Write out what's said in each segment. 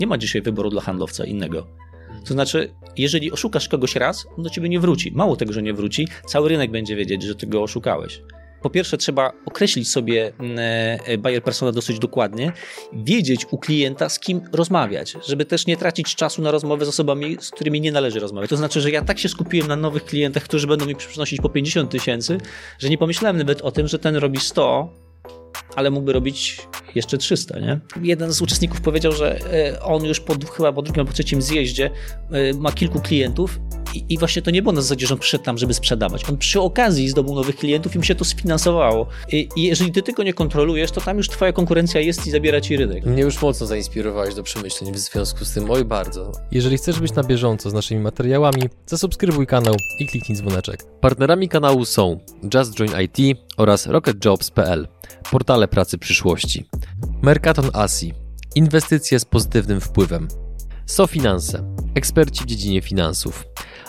Nie ma dzisiaj wyboru dla handlowca innego. To znaczy, jeżeli oszukasz kogoś raz, on do ciebie nie wróci. Mało tego, że nie wróci, cały rynek będzie wiedzieć, że ty go oszukałeś. Po pierwsze, trzeba określić sobie buyer persona dosyć dokładnie, wiedzieć u klienta, z kim rozmawiać, żeby też nie tracić czasu na rozmowę z osobami, z którymi nie należy rozmawiać. To znaczy, że ja tak się skupiłem na nowych klientach, którzy będą mi przynosić po 50 000, że nie pomyślałem nawet o tym, że ten robi 100, ale mógłby robić jeszcze 300, nie? Jeden z uczestników powiedział, że on już chyba po drugim albo trzecim zjeździe ma kilku klientów i właśnie to nie było na zasadzie, że on przyszedł tam, żeby sprzedawać. On przy okazji zdobył nowych klientów i mu się to sfinansowało. I jeżeli ty tego nie kontrolujesz, to tam już twoja konkurencja jest i zabiera ci rynek. Mnie już mocno zainspirowałeś do przemyśleń w związku z tym. Oj, bardzo. Jeżeli chcesz być na bieżąco z naszymi materiałami, zasubskrybuj kanał i kliknij dzwoneczek. Partnerami kanału są Just Join IT oraz RocketJobs.pl, portale pracy przyszłości. Mercaton Asi, inwestycje z pozytywnym wpływem. SoFinanse, eksperci w dziedzinie finansów.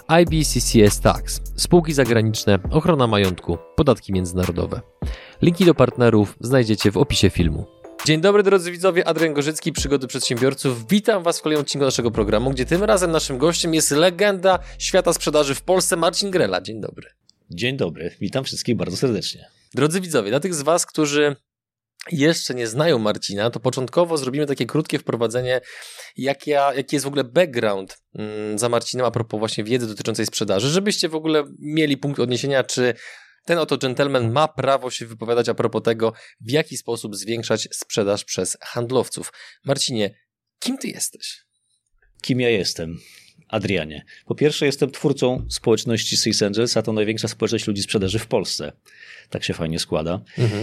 IBCCS Tax, spółki zagraniczne, ochrona majątku, podatki międzynarodowe. Linki do partnerów znajdziecie w opisie filmu. Dzień dobry drodzy widzowie, Adrian Gorzycki, Przygody Przedsiębiorców. Witam Was w kolejnym odcinku naszego programu, gdzie tym razem naszym gościem jest legenda świata sprzedaży w Polsce, Marcin Grela. Dzień dobry. Dzień dobry, witam wszystkich bardzo serdecznie. Drodzy widzowie, dla tych z Was, którzy jeszcze nie znają Marcina, to początkowo zrobimy takie krótkie wprowadzenie, jaki jest w ogóle background za Marcinem a propos właśnie wiedzy dotyczącej sprzedaży, żebyście w ogóle mieli punkt odniesienia, czy ten oto gentleman ma prawo się wypowiadać a propos tego, w jaki sposób zwiększać sprzedaż przez handlowców. Marcinie, kim ty jesteś? Kim ja jestem? Adrianie. Po pierwsze, jestem twórcą społeczności Sales Angels, a to największa społeczność ludzi sprzedaży w Polsce. Tak się fajnie składa.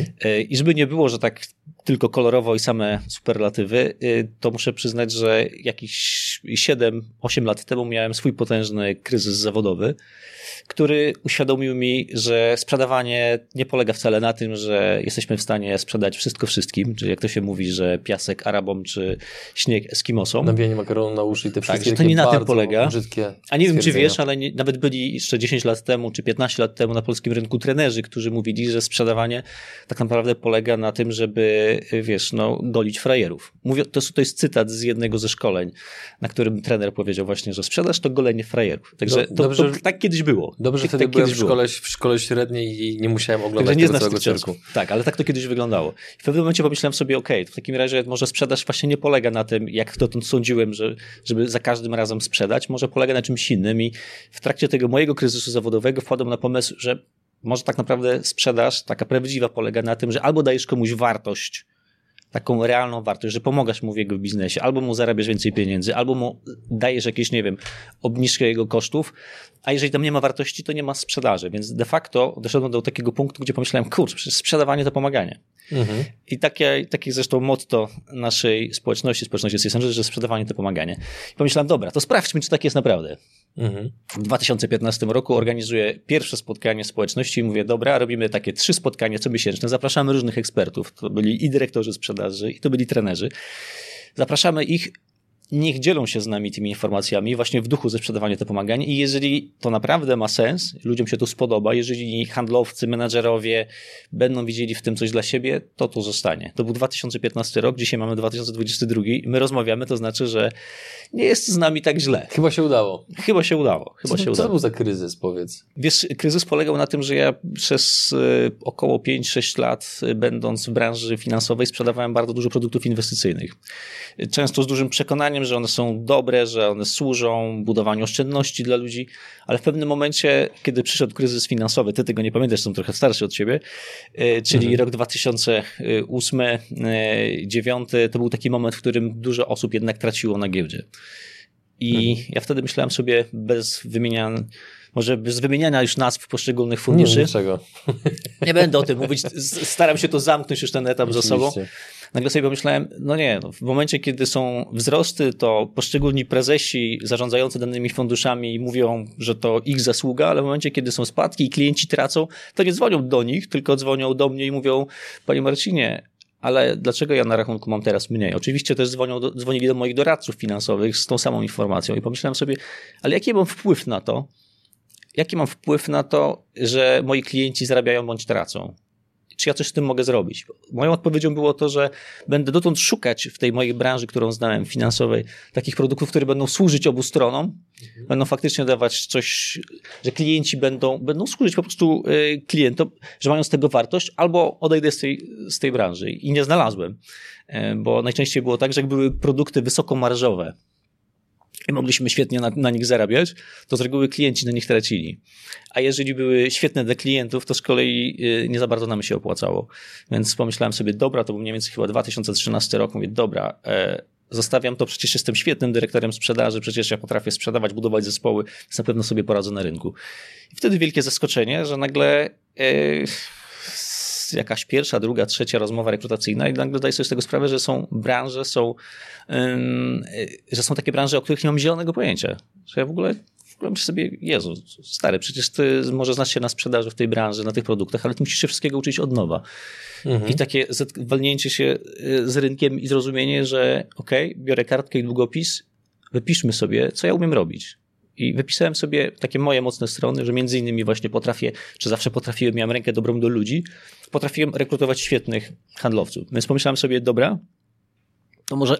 I żeby nie było, że tak tylko kolorowo i same superlatywy, to muszę przyznać, że jakieś 7-8 lat temu miałem swój potężny kryzys zawodowy, który uświadomił mi, że sprzedawanie nie polega wcale na tym, że jesteśmy w stanie sprzedać wszystko wszystkim, czyli jak to się mówi, że piasek Arabom czy śnieg Eskimosom. Nawijanie makaronu na uszy i te wszystkie tak, że to nie na tym polega. Brzydkie a nie wiem, czy wiesz, ale nawet byli jeszcze 10 lat temu, czy 15 lat temu na polskim rynku trenerzy, którzy mówili, że sprzedawanie tak naprawdę polega na tym, żeby, golić frajerów. To jest cytat z jednego ze szkoleń, na którym trener powiedział właśnie, że sprzedaż to golenie frajerów. Także to tak kiedyś było. Dobrze, że wtedy byłem w szkole średniej i nie musiałem oglądać tego całego cyrku. Tak, ale tak to kiedyś wyglądało. I w pewnym momencie pomyślałem sobie, w takim razie może sprzedaż właśnie nie polega na tym, jak dotąd sądziłem, żeby za każdym razem sprzedać, może polega na czymś innym i w trakcie tego mojego kryzysu zawodowego wpadłem na pomysł, że może tak naprawdę sprzedaż, taka prawdziwa, polega na tym, że albo dajesz komuś wartość, taką realną wartość, że pomagasz mu w jego biznesie, albo mu zarabiasz więcej pieniędzy, albo mu dajesz jakieś, obniżkę jego kosztów, a jeżeli tam nie ma wartości, to nie ma sprzedaży, więc de facto doszedłem do takiego punktu, gdzie pomyślałem, przecież sprzedawanie to pomaganie. I takie zresztą motto naszej społeczności Sales Angels, że sprzedawanie to pomaganie. I pomyślałem, dobra, to sprawdźmy, czy tak jest naprawdę. W 2015 roku organizuję pierwsze spotkanie społeczności i mówię, dobra, robimy takie 3 spotkania comiesięczne, zapraszamy różnych ekspertów, to byli i dyrektorzy sprzedaży, i to byli trenerzy. Zapraszamy ich, niech dzielą się z nami tymi informacjami właśnie w duchu ze sprzedawania to pomaganie i jeżeli to naprawdę ma sens, ludziom się to spodoba, jeżeli handlowcy, menadżerowie będą widzieli w tym coś dla siebie, to zostanie. To był 2015 rok, dzisiaj mamy 2022 i my rozmawiamy, to znaczy, że nie jest z nami tak źle. Chyba się udało. Co to był za kryzys, powiedz? Wiesz, kryzys polegał na tym, że ja przez około 5-6 lat będąc w branży finansowej sprzedawałem bardzo dużo produktów inwestycyjnych. Często z dużym przekonaniem, że one są dobre, że one służą budowaniu oszczędności dla ludzi, ale w pewnym momencie, kiedy przyszedł kryzys finansowy, ty tego nie pamiętasz, są trochę starszy od ciebie, czyli rok 2008-2009, to był taki moment, w którym dużo osób jednak traciło na giełdzie. I ja wtedy myślałem sobie bez wymieniania już nazw poszczególnych funduszy. Nie będę o tym mówić, staram się to zamknąć już ten etap za sobą. Nagle sobie pomyślałem, w momencie, kiedy są wzrosty, to poszczególni prezesi zarządzający danymi funduszami mówią, że to ich zasługa, ale w momencie, kiedy są spadki i klienci tracą, to nie dzwonią do nich, tylko dzwonią do mnie i mówią, panie Marcinie, ale dlaczego ja na rachunku mam teraz mniej? Oczywiście też dzwonili do moich doradców finansowych z tą samą informacją i pomyślałem sobie, ale jaki mam wpływ na to? Jaki mam wpływ na to, że moi klienci zarabiają bądź tracą? czy ja coś z tym mogę zrobić. Moją odpowiedzią było to, że będę dotąd szukać w tej mojej branży, którą znałem, finansowej, takich produktów, które będą służyć obu stronom, będą faktycznie dawać coś, że klienci będą służyć po prostu klientom, że mają z tego wartość, albo odejdę z tej branży. I nie znalazłem, bo najczęściej było tak, że jak były produkty wysokomarżowe, i mogliśmy świetnie na nich zarabiać, to z reguły klienci na nich tracili. A jeżeli były świetne dla klientów, to z kolei nie za bardzo nam się opłacało. Więc pomyślałem sobie, dobra, to był mniej więcej chyba 2013 rok, mówię, dobra, zostawiam to, przecież jestem świetnym dyrektorem sprzedaży, przecież ja potrafię sprzedawać, budować zespoły, więc na pewno sobie poradzę na rynku. I wtedy wielkie zaskoczenie, że nagle jakaś pierwsza, druga, trzecia rozmowa rekrutacyjna i nagle zdaję sobie z tego sprawę, że są branże, że są takie branże, o których nie mam zielonego pojęcia. Że ja w ogóle myślę sobie, Jezu, stary, przecież ty może znasz się na sprzedaży w tej branży, na tych produktach, ale ty musisz się wszystkiego uczyć od nowa. I takie walnięcie się z rynkiem i zrozumienie, że okej, biorę kartkę i długopis, wypiszmy sobie, co ja umiem robić. I wypisałem sobie takie moje mocne strony, że między innymi właśnie zawsze potrafiłem, miałem rękę dobrą do ludzi, potrafiłem rekrutować świetnych handlowców. Więc pomyślałem sobie, dobra, to może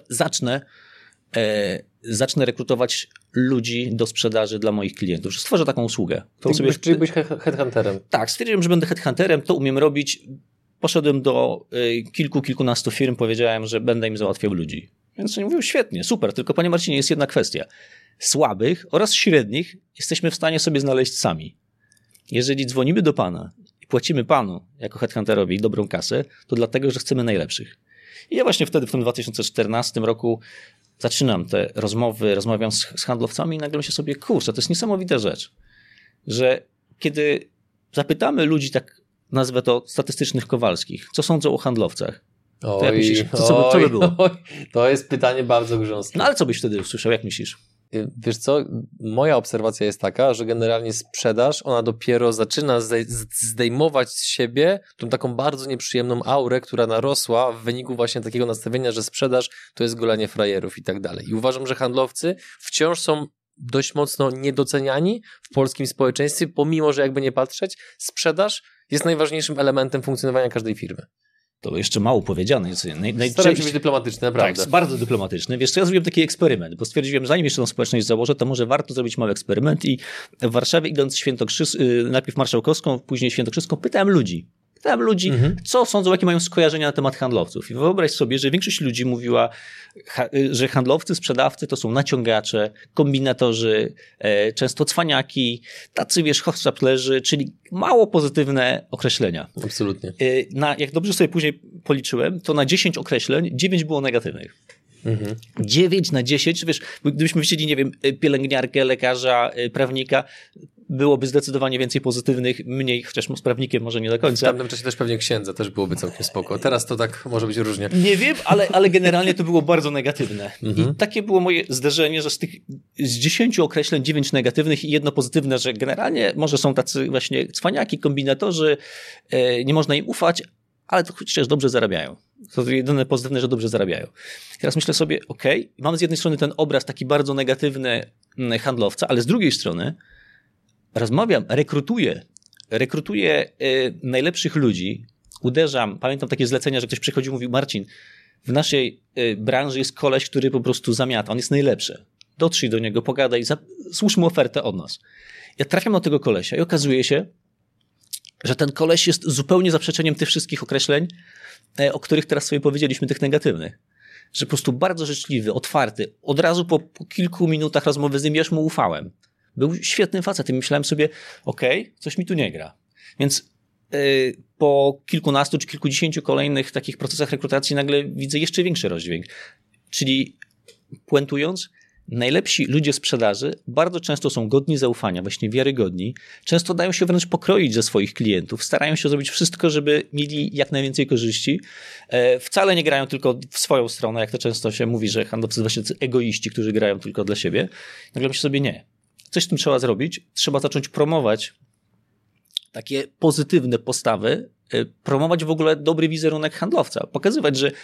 zacznę rekrutować ludzi do sprzedaży dla moich klientów, że stworzę taką usługę. Czyli być headhunterem. Tak, stwierdziłem, że będę headhunterem, to umiem robić. Poszedłem do kilkunastu firm, powiedziałem, że będę im załatwiał ludzi. Więc oni mówią, świetnie, super, tylko panie Marcinie, jest jedna kwestia. Słabych oraz średnich jesteśmy w stanie sobie znaleźć sami. Jeżeli dzwonimy do pana i płacimy panu jako headhunterowi dobrą kasę, to dlatego, że chcemy najlepszych. I ja właśnie wtedy, w tym 2014 roku zaczynam te rozmowy, rozmawiam z handlowcami i nagle myślę sobie, kurczę, to jest niesamowita rzecz, że kiedy zapytamy ludzi, tak nazwę to statystycznych Kowalskich, co sądzą o handlowcach, to jak myślisz, co by było? To jest pytanie bardzo grząskie. No ale co byś wtedy usłyszał, jak myślisz? Wiesz co, moja obserwacja jest taka, że generalnie sprzedaż, ona dopiero zaczyna zdejmować z siebie tą taką bardzo nieprzyjemną aurę, która narosła w wyniku właśnie takiego nastawienia, że sprzedaż to jest golenie frajerów i tak dalej. I uważam, że handlowcy wciąż są dość mocno niedoceniani w polskim społeczeństwie, pomimo, że jakby nie patrzeć, sprzedaż jest najważniejszym elementem funkcjonowania każdej firmy. To jeszcze mało powiedziane. Staram się być dyplomatyczny, naprawdę. Tak, bardzo dyplomatyczny. Wiesz co, ja zrobiłem taki eksperyment, bo stwierdziłem, że zanim jeszcze tą społeczność założę, to może warto zrobić mały eksperyment i w Warszawie idąc najpierw Marszałkowską, później Świętokrzyską, pytałem ludzi, co sądzą, jakie mają skojarzenia na temat handlowców. I wyobraź sobie, że większość ludzi mówiła, że handlowcy, sprzedawcy to są naciągacze, kombinatorzy, często cwaniaki, tacy wiesz, hochsztaplerzy, czyli mało pozytywne określenia. Absolutnie. Jak dobrze sobie później policzyłem, to na 10 określeń 9 było negatywnych. 9 na 10, wiesz, gdybyśmy wzięli, nie wiem, pielęgniarkę, lekarza, prawnika, byłoby zdecydowanie więcej pozytywnych, mniej, chociaż z prawnikiem może nie do końca. W tamtym czasie też pewnie księdza też byłoby całkiem spoko. Teraz to tak może być różnie. Nie wiem, ale generalnie to było bardzo negatywne. I takie było moje zderzenie, że z 10 określeń 9 negatywnych i jedno pozytywne, że generalnie może są tacy właśnie cwaniaki, kombinatorzy, nie można im ufać, ale to chociaż dobrze zarabiają. To jedyne pozytywne, że dobrze zarabiają. Teraz myślę sobie, mam z jednej strony ten obraz taki bardzo negatywny handlowca, ale z drugiej strony rozmawiam, rekrutuję najlepszych ludzi, uderzam, pamiętam takie zlecenia, że ktoś przychodził i mówił, Marcin, w naszej branży jest koleś, który po prostu zamiata, on jest najlepszy. Dotrzyj do niego, pogadaj, służ mu ofertę od nas. Ja trafiam do tego kolesia i okazuje się, że ten koleś jest zupełnie zaprzeczeniem tych wszystkich określeń, o których teraz sobie powiedzieliśmy, tych negatywnych. Że po prostu bardzo życzliwy, otwarty. Od razu po kilku minutach rozmowy z nim ja już mu ufałem. Był świetnym facetem. Myślałem sobie, coś mi tu nie gra. Więc po kilkunastu czy kilkudziesięciu kolejnych takich procesach rekrutacji nagle widzę jeszcze większy rozdźwięk. Czyli puentując, najlepsi ludzie sprzedaży bardzo często są godni zaufania, właśnie wiarygodni. Często dają się wręcz pokroić ze swoich klientów. Starają się zrobić wszystko, żeby mieli jak najwięcej korzyści. Wcale nie grają tylko w swoją stronę, jak to często się mówi, że handlowcy to właśnie egoiści, którzy grają tylko dla siebie. Nagle myślę sobie, nie. Coś z tym trzeba zrobić. Trzeba zacząć promować takie pozytywne postawy, promować w ogóle dobry wizerunek handlowca. Pokazywać, że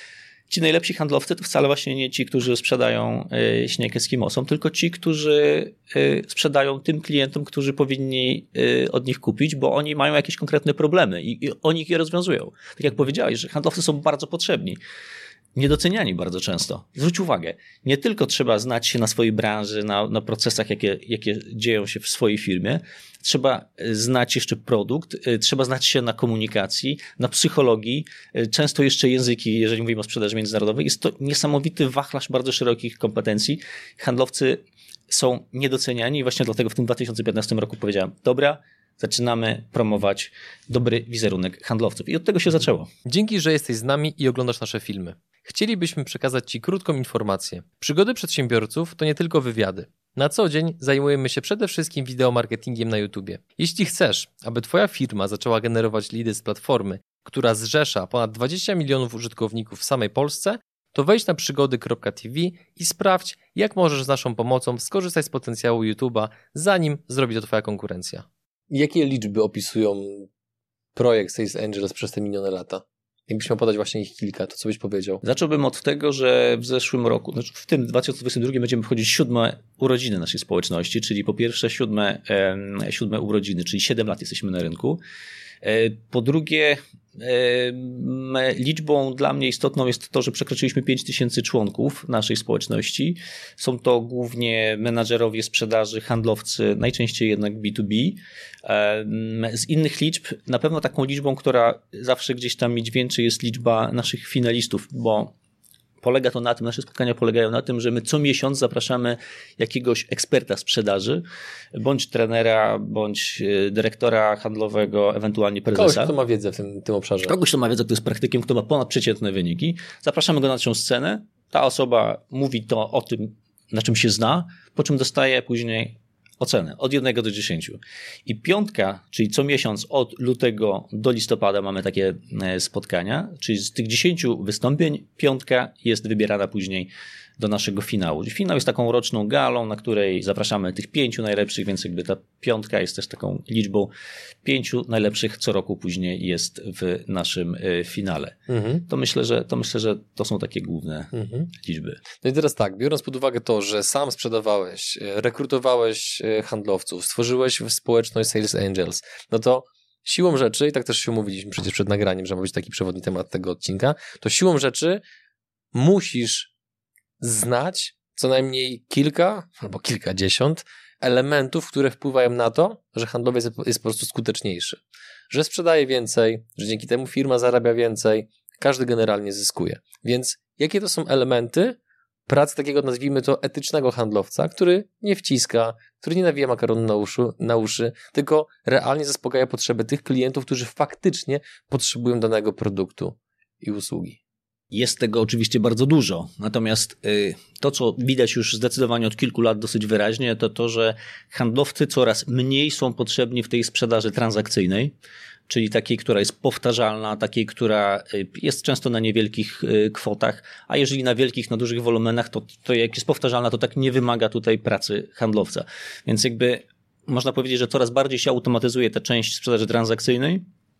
ci najlepsi handlowcy to wcale właśnie nie ci, którzy sprzedają śnieg Eskimosom, tylko ci, którzy sprzedają tym klientom, którzy powinni od nich kupić, bo oni mają jakieś konkretne problemy i oni je rozwiązują. Tak jak powiedziałeś, że handlowcy są bardzo potrzebni. Niedoceniani bardzo często. Zwróć uwagę, nie tylko trzeba znać się na swojej branży, na procesach, jakie dzieją się w swojej firmie, trzeba znać jeszcze produkt, trzeba znać się na komunikacji, na psychologii, często jeszcze języki, jeżeli mówimy o sprzedaży międzynarodowej. Jest to niesamowity wachlarz bardzo szerokich kompetencji. Handlowcy są niedoceniani i właśnie dlatego w tym 2015 roku powiedziałem, dobra, zaczynamy promować dobry wizerunek handlowców. I od tego się zaczęło. Dzięki, że jesteś z nami i oglądasz nasze filmy. Chcielibyśmy przekazać Ci krótką informację. Przygody przedsiębiorców to nie tylko wywiady. Na co dzień zajmujemy się przede wszystkim wideomarketingiem na YouTubie. Jeśli chcesz, aby Twoja firma zaczęła generować lidy z platformy, która zrzesza ponad 20 milionów użytkowników w samej Polsce, to wejdź na przygody.tv i sprawdź, jak możesz z naszą pomocą skorzystać z potencjału YouTube'a, zanim zrobi to Twoja konkurencja. Jakie liczby opisują projekt Sales Angels przez te minione lata? Jakbyś miał podać właśnie ich kilka, to co byś powiedział? Zacząłbym od tego, że w zeszłym roku, znaczy w tym 2022 będziemy wchodzić 7 urodziny naszej społeczności, czyli po pierwsze 7 urodziny, czyli 7 lat jesteśmy na rynku. Po drugie, liczbą dla mnie istotną jest to, że przekroczyliśmy 5000 członków naszej społeczności. Są to głównie menadżerowie sprzedaży, handlowcy, najczęściej jednak B2B. Z innych liczb, na pewno taką liczbą, która zawsze gdzieś tam mi dźwięczy, jest liczba naszych finalistów, bo polega to na tym, nasze spotkania polegają na tym, że my co miesiąc zapraszamy jakiegoś eksperta sprzedaży, bądź trenera, bądź dyrektora handlowego, ewentualnie prezesa. Kogoś, kto ma wiedzę w tym obszarze. Kogoś, kto ma wiedzę, kto jest praktykiem, kto ma ponadprzeciętne wyniki. Zapraszamy go na naszą scenę. Ta osoba mówi to o tym, na czym się zna, po czym dostaje później ocenę od 1 do 10. I 5, czyli co miesiąc od lutego do listopada mamy takie spotkania, czyli z tych 10 wystąpień 5 jest wybierana później do naszego finału. Finał jest taką roczną galą, na której zapraszamy tych 5 najlepszych, więc jakby ta 5 jest też taką liczbą 5 najlepszych co roku później jest w naszym finale. To myślę, że to są takie główne liczby. No i teraz tak, biorąc pod uwagę to, że sam sprzedawałeś, rekrutowałeś handlowców, stworzyłeś społeczność Sales Angels, no to siłą rzeczy, i tak też się umówiliśmy przecież przed nagraniem, że ma być taki przewodni temat tego odcinka, to siłą rzeczy musisz znać co najmniej kilka albo kilkadziesiąt elementów, które wpływają na to, że handlowiec jest po prostu skuteczniejszy. Że sprzedaje więcej, że dzięki temu firma zarabia więcej, każdy generalnie zyskuje. Więc jakie to są elementy pracy takiego, nazwijmy to, etycznego handlowca, który nie wciska, który nie nawija makaronu na uszy, tylko realnie zaspokaja potrzeby tych klientów, którzy faktycznie potrzebują danego produktu i usługi. Jest tego oczywiście bardzo dużo, natomiast to, co widać już zdecydowanie od kilku lat dosyć wyraźnie, to to, że handlowcy coraz mniej są potrzebni w tej sprzedaży transakcyjnej, czyli takiej, która jest powtarzalna, takiej, która jest często na niewielkich kwotach, a jeżeli na wielkich, na dużych wolumenach, to jak jest powtarzalna, to tak nie wymaga tutaj pracy handlowca. Więc jakby można powiedzieć, że coraz bardziej się automatyzuje ta część sprzedaży transakcyjnej,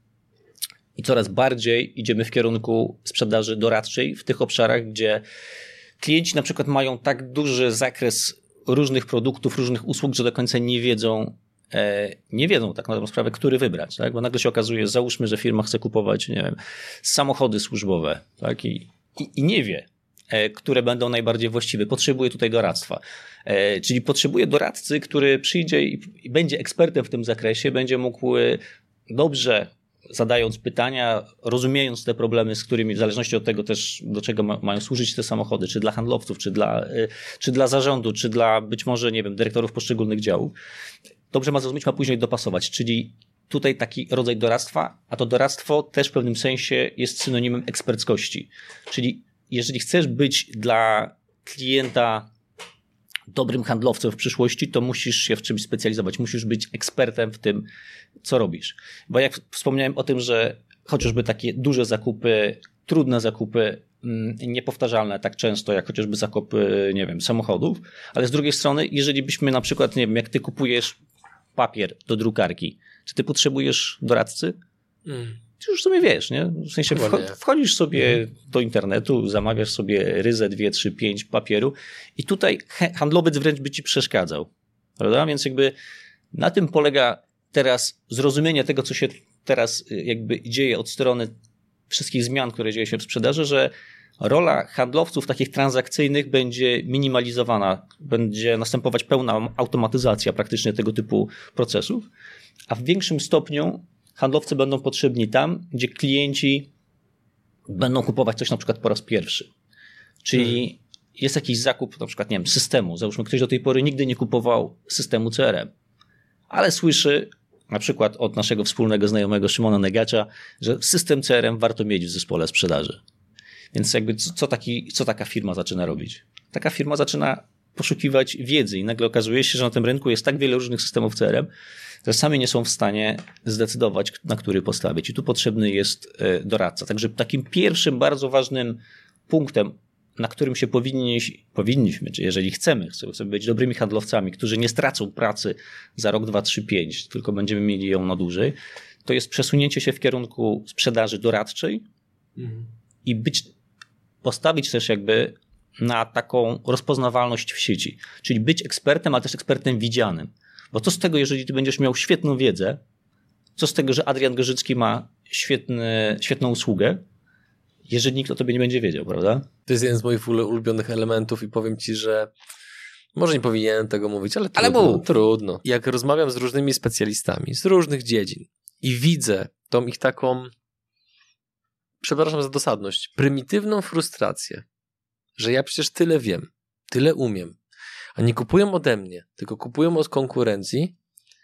i coraz bardziej idziemy w kierunku sprzedaży doradczej w tych obszarach, gdzie klienci na przykład mają tak duży zakres różnych produktów, różnych usług, że do końca nie wiedzą tak na dobrą sprawę, który wybrać. Tak? Bo nagle się okazuje, załóżmy, że firma chce kupować, nie wiem, samochody służbowe, tak? I nie wie, które będą najbardziej właściwe. Potrzebuje tutaj doradztwa. Czyli potrzebuje doradcy, który przyjdzie i będzie ekspertem w tym zakresie, będzie mógł dobrze, zadając pytania, rozumiejąc te problemy, z którymi w zależności od tego też, do czego mają służyć te samochody, czy dla handlowców, czy dla zarządu, czy dla być może, nie wiem, dyrektorów poszczególnych działów, dobrze ma zrozumieć, ma później dopasować. Czyli tutaj taki rodzaj doradztwa, a to doradztwo też w pewnym sensie jest synonimem eksperckości. Czyli jeżeli chcesz być dla klienta dobrym handlowcem w przyszłości, to musisz się w czymś specjalizować, musisz być ekspertem w tym, co robisz. Bo jak wspomniałem o tym, że chociażby takie duże zakupy, trudne zakupy, niepowtarzalne tak często, jak chociażby zakupy, nie wiem, samochodów, ale z drugiej strony, jeżeli byśmy na przykład, nie wiem, jak ty kupujesz papier do drukarki, czy ty potrzebujesz doradcy? już sobie wiesz, nie? W sensie wchodzisz sobie do internetu, zamawiasz sobie ryzę 2, 3, 5 papieru i tutaj handlowiec wręcz by ci przeszkadzał. Prawda? Więc jakby na tym polega teraz zrozumienie tego, co się teraz jakby dzieje od strony wszystkich zmian, które dzieją się w sprzedaży, że rola handlowców takich transakcyjnych będzie minimalizowana, będzie następować pełna automatyzacja praktycznie tego typu procesów, a w większym stopniu handlowcy będą potrzebni tam, gdzie klienci będą kupować coś na przykład po raz pierwszy. Czyli jest jakiś zakup na przykład, nie wiem, systemu. Załóżmy, ktoś do tej pory nigdy nie kupował systemu CRM, ale słyszy na przykład od naszego wspólnego znajomego Szymona Negacza, że system CRM warto mieć w zespole sprzedaży. Więc jakby co taka firma zaczyna robić? Taka firma zaczyna poszukiwać wiedzy i nagle okazuje się, że na tym rynku jest tak wiele różnych systemów CRM, że sami nie są w stanie zdecydować, na który postawić. I tu potrzebny jest doradca. Także takim pierwszym bardzo ważnym punktem, na którym się powinniśmy, czy jeżeli chcemy być dobrymi handlowcami, którzy nie stracą pracy za rok, 2, 3, 5, tylko będziemy mieli ją na dłużej, to jest przesunięcie się w kierunku sprzedaży doradczej i postawić też jakby na taką rozpoznawalność w sieci. Czyli być ekspertem, ale też ekspertem widzianym. Bo co z tego, jeżeli ty będziesz miał świetną wiedzę, co z tego, że Adrian Gorzycki ma świetną usługę, jeżeli nikt o tobie nie będzie wiedział, prawda? To jest jeden z moich ulubionych elementów i powiem ci, że może nie powinienem tego mówić, ale trudno. Jak rozmawiam z różnymi specjalistami z różnych dziedzin i widzę tą ich taką, przepraszam za dosadność, prymitywną frustrację, że ja przecież tyle wiem, tyle umiem, a nie kupują ode mnie, tylko kupują od konkurencji,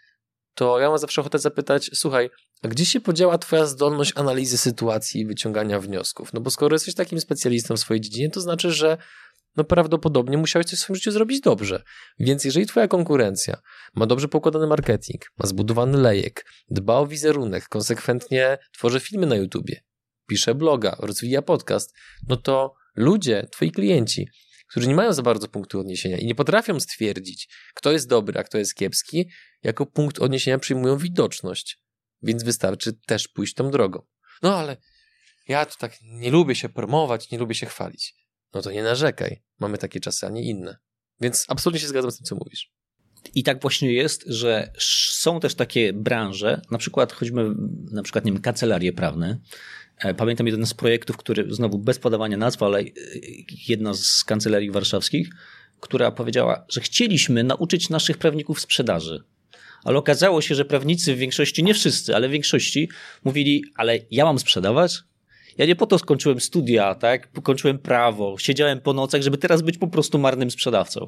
to ja mam zawsze ochotę zapytać, słuchaj, a gdzie się podziała twoja zdolność analizy sytuacji i wyciągania wniosków? No bo skoro jesteś takim specjalistą w swojej dziedzinie, to znaczy, że no prawdopodobnie musiałeś coś w swoim życiu zrobić dobrze. Więc jeżeli twoja konkurencja ma dobrze poukładany marketing, ma zbudowany lejek, dba o wizerunek, konsekwentnie tworzy filmy na YouTubie, pisze bloga, rozwija podcast, no to ludzie, twoi klienci, którzy nie mają za bardzo punktu odniesienia i nie potrafią stwierdzić, kto jest dobry, a kto jest kiepski, jako punkt odniesienia przyjmują widoczność. Więc wystarczy też pójść tą drogą. No ale ja to tak nie lubię się promować, nie lubię się chwalić. No to nie narzekaj. Mamy takie czasy, a nie inne. Więc absolutnie się zgadzam z tym, co mówisz. I tak właśnie jest, że są też takie branże, na przykład choćby, nie wiem, kancelarie prawne. Pamiętam jeden z projektów, który znowu bez podawania nazw, ale jedna z kancelarii warszawskich, która powiedziała, że chcieliśmy nauczyć naszych prawników sprzedaży. Ale okazało się, że prawnicy w większości, nie wszyscy, ale w większości mówili, ale ja mam sprzedawać? Ja nie po to skończyłem studia, tak? Kończyłem prawo, siedziałem po nocach, żeby teraz być po prostu marnym sprzedawcą.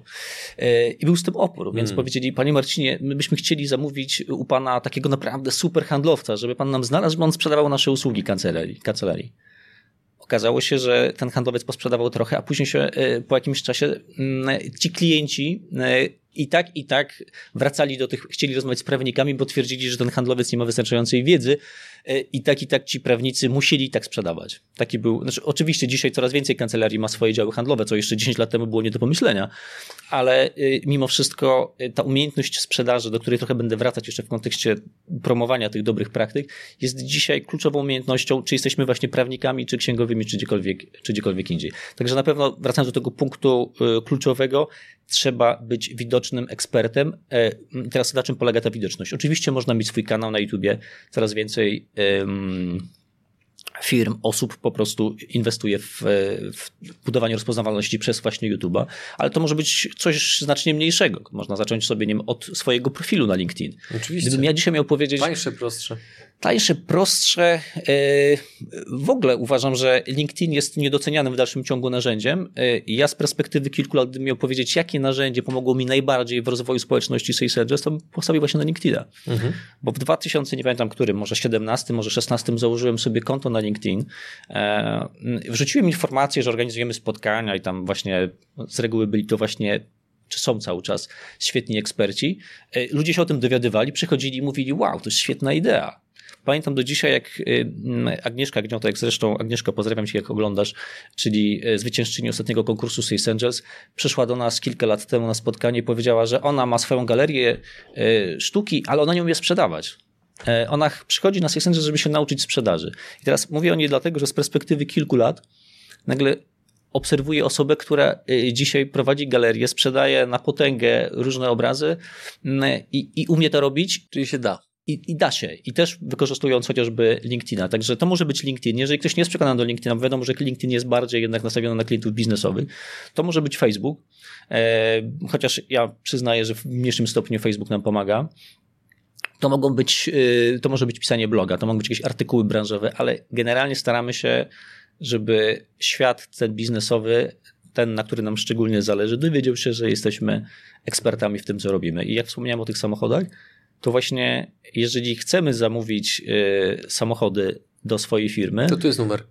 I był z tym opór, więc powiedzieli, panie Marcinie, my byśmy chcieli zamówić u pana takiego naprawdę super handlowca, żeby pan nam znalazł, żeby on sprzedawał nasze usługi kancelarii. Okazało się, że ten handlowiec posprzedawał trochę, a później się po jakimś czasie ci klienci i tak wracali do tych, chcieli rozmawiać z prawnikami, bo twierdzili, że ten handlowiec nie ma wystarczającej wiedzy i tak ci prawnicy musieli tak sprzedawać. Taki był, oczywiście dzisiaj coraz więcej kancelarii ma swoje działy handlowe, co jeszcze 10 lat temu było nie do pomyślenia, ale mimo wszystko ta umiejętność sprzedaży, do której trochę będę wracać jeszcze w kontekście promowania tych dobrych praktyk, jest dzisiaj kluczową umiejętnością, czy jesteśmy właśnie prawnikami, czy księgowymi, czy gdziekolwiek indziej. Także na pewno wracając do tego punktu kluczowego, trzeba być widocznym ekspertem. Teraz na czym polega ta widoczność? Oczywiście można mieć swój kanał na YouTubie. Coraz więcej firm, osób po prostu inwestuje w budowanie rozpoznawalności przez właśnie YouTube'a, ale to może być coś znacznie mniejszego. Można zacząć sobie, nie wiem, od swojego profilu na LinkedIn. Oczywiście. Gdybym ja dzisiaj miał powiedzieć... Tańsze, prostsze. W ogóle uważam, że LinkedIn jest niedocenianym w dalszym ciągu narzędziem. Ja z perspektywy kilku lat, gdybym miał powiedzieć, jakie narzędzie pomogło mi najbardziej w rozwoju społeczności Sales Edge, to bym postawił właśnie na LinkedIna. Bo w 2000, nie pamiętam którym, może 17, może 16 założyłem sobie konto na LinkedIn. Wrzuciłem informację, że organizujemy spotkania i tam właśnie z reguły byli to właśnie, czy są cały czas, świetni eksperci. Ludzie się o tym dowiadywali, przychodzili i mówili, wow, to jest świetna idea. Pamiętam do dzisiaj, jak Agnieszka Gniotek, zresztą Agnieszka, pozdrawiam cię, jak oglądasz, czyli zwyciężczyni ostatniego konkursu Sales Angels, przyszła do nas kilka lat temu na spotkanie i powiedziała, że ona ma swoją galerię sztuki, ale ona nie umie sprzedawać. Ona przychodzi na Sales Angel, żeby się nauczyć sprzedaży. I teraz mówię o niej dlatego, że z perspektywy kilku lat nagle obserwuję osobę, która dzisiaj prowadzi galerię, sprzedaje na potęgę różne obrazy i umie to robić. Czyli się da. I da się. I też wykorzystując chociażby LinkedIna. Także to może być LinkedIn. Jeżeli ktoś nie jest przekonany do LinkedIna, bo wiadomo, że LinkedIn jest bardziej jednak nastawiony na klientów biznesowych, to może być Facebook. Chociaż ja przyznaję, że w mniejszym stopniu Facebook nam pomaga. To może być pisanie bloga, to mogą być jakieś artykuły branżowe, ale generalnie staramy się, żeby świat ten biznesowy, ten, na który nam szczególnie zależy, dowiedział się, że jesteśmy ekspertami w tym, co robimy. I jak wspomniałem o tych samochodach, to właśnie jeżeli chcemy zamówić samochody do swojej firmy, to tu jest numer.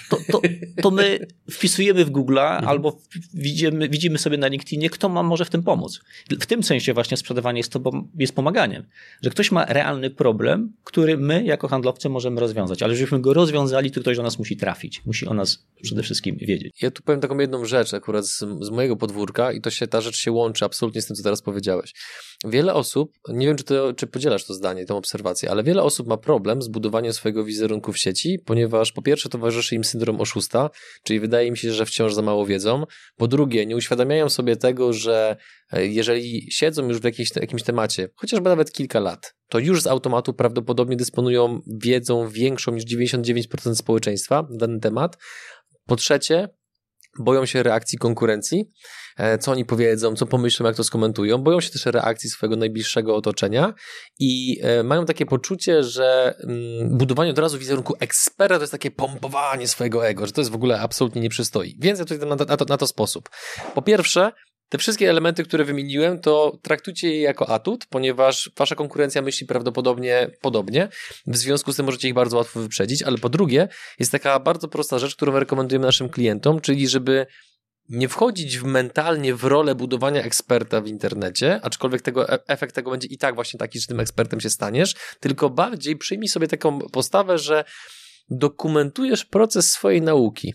To my wpisujemy w Google'a albo widzimy sobie na LinkedInie, kto może w tym pomóc. W tym sensie właśnie sprzedawanie jest pomaganiem, że ktoś ma realny problem, który my jako handlowcy możemy rozwiązać, ale żebyśmy go rozwiązali, to ktoś do nas musi trafić. Musi o nas przede wszystkim wiedzieć. Ja tu powiem taką jedną rzecz akurat z mojego podwórka i ta rzecz się łączy absolutnie z tym, co teraz powiedziałeś. Wiele osób, nie wiem, czy podzielasz to zdanie, tę obserwację, ale wiele osób ma problem z budowaniem swojego wizerunku w sieci, ponieważ po pierwsze towarzyszy im syndrom oszusta, czyli wydaje mi się, że wciąż za mało wiedzą. Po drugie, nie uświadamiają sobie tego, że jeżeli siedzą już w jakimś temacie, chociażby nawet kilka lat, to już z automatu prawdopodobnie dysponują wiedzą większą niż 99% społeczeństwa na dany temat. Po trzecie, boją się reakcji konkurencji, co oni powiedzą, co pomyślą, jak to skomentują. Boją się też reakcji swojego najbliższego otoczenia i mają takie poczucie, że budowanie od razu wizerunku eksperta to jest takie pompowanie swojego ego, że to jest w ogóle absolutnie nie przystoi. Więc ja tutaj na to sposób. Po pierwsze, te wszystkie elementy, które wymieniłem, to traktujcie je jako atut, ponieważ wasza konkurencja myśli prawdopodobnie podobnie, w związku z tym możecie ich bardzo łatwo wyprzedzić, ale po drugie jest taka bardzo prosta rzecz, którą rekomendujemy naszym klientom, czyli żeby nie wchodzić mentalnie w rolę budowania eksperta w internecie, aczkolwiek efekt tego będzie i tak właśnie taki, że tym ekspertem się staniesz, tylko bardziej przyjmij sobie taką postawę, że dokumentujesz proces swojej nauki.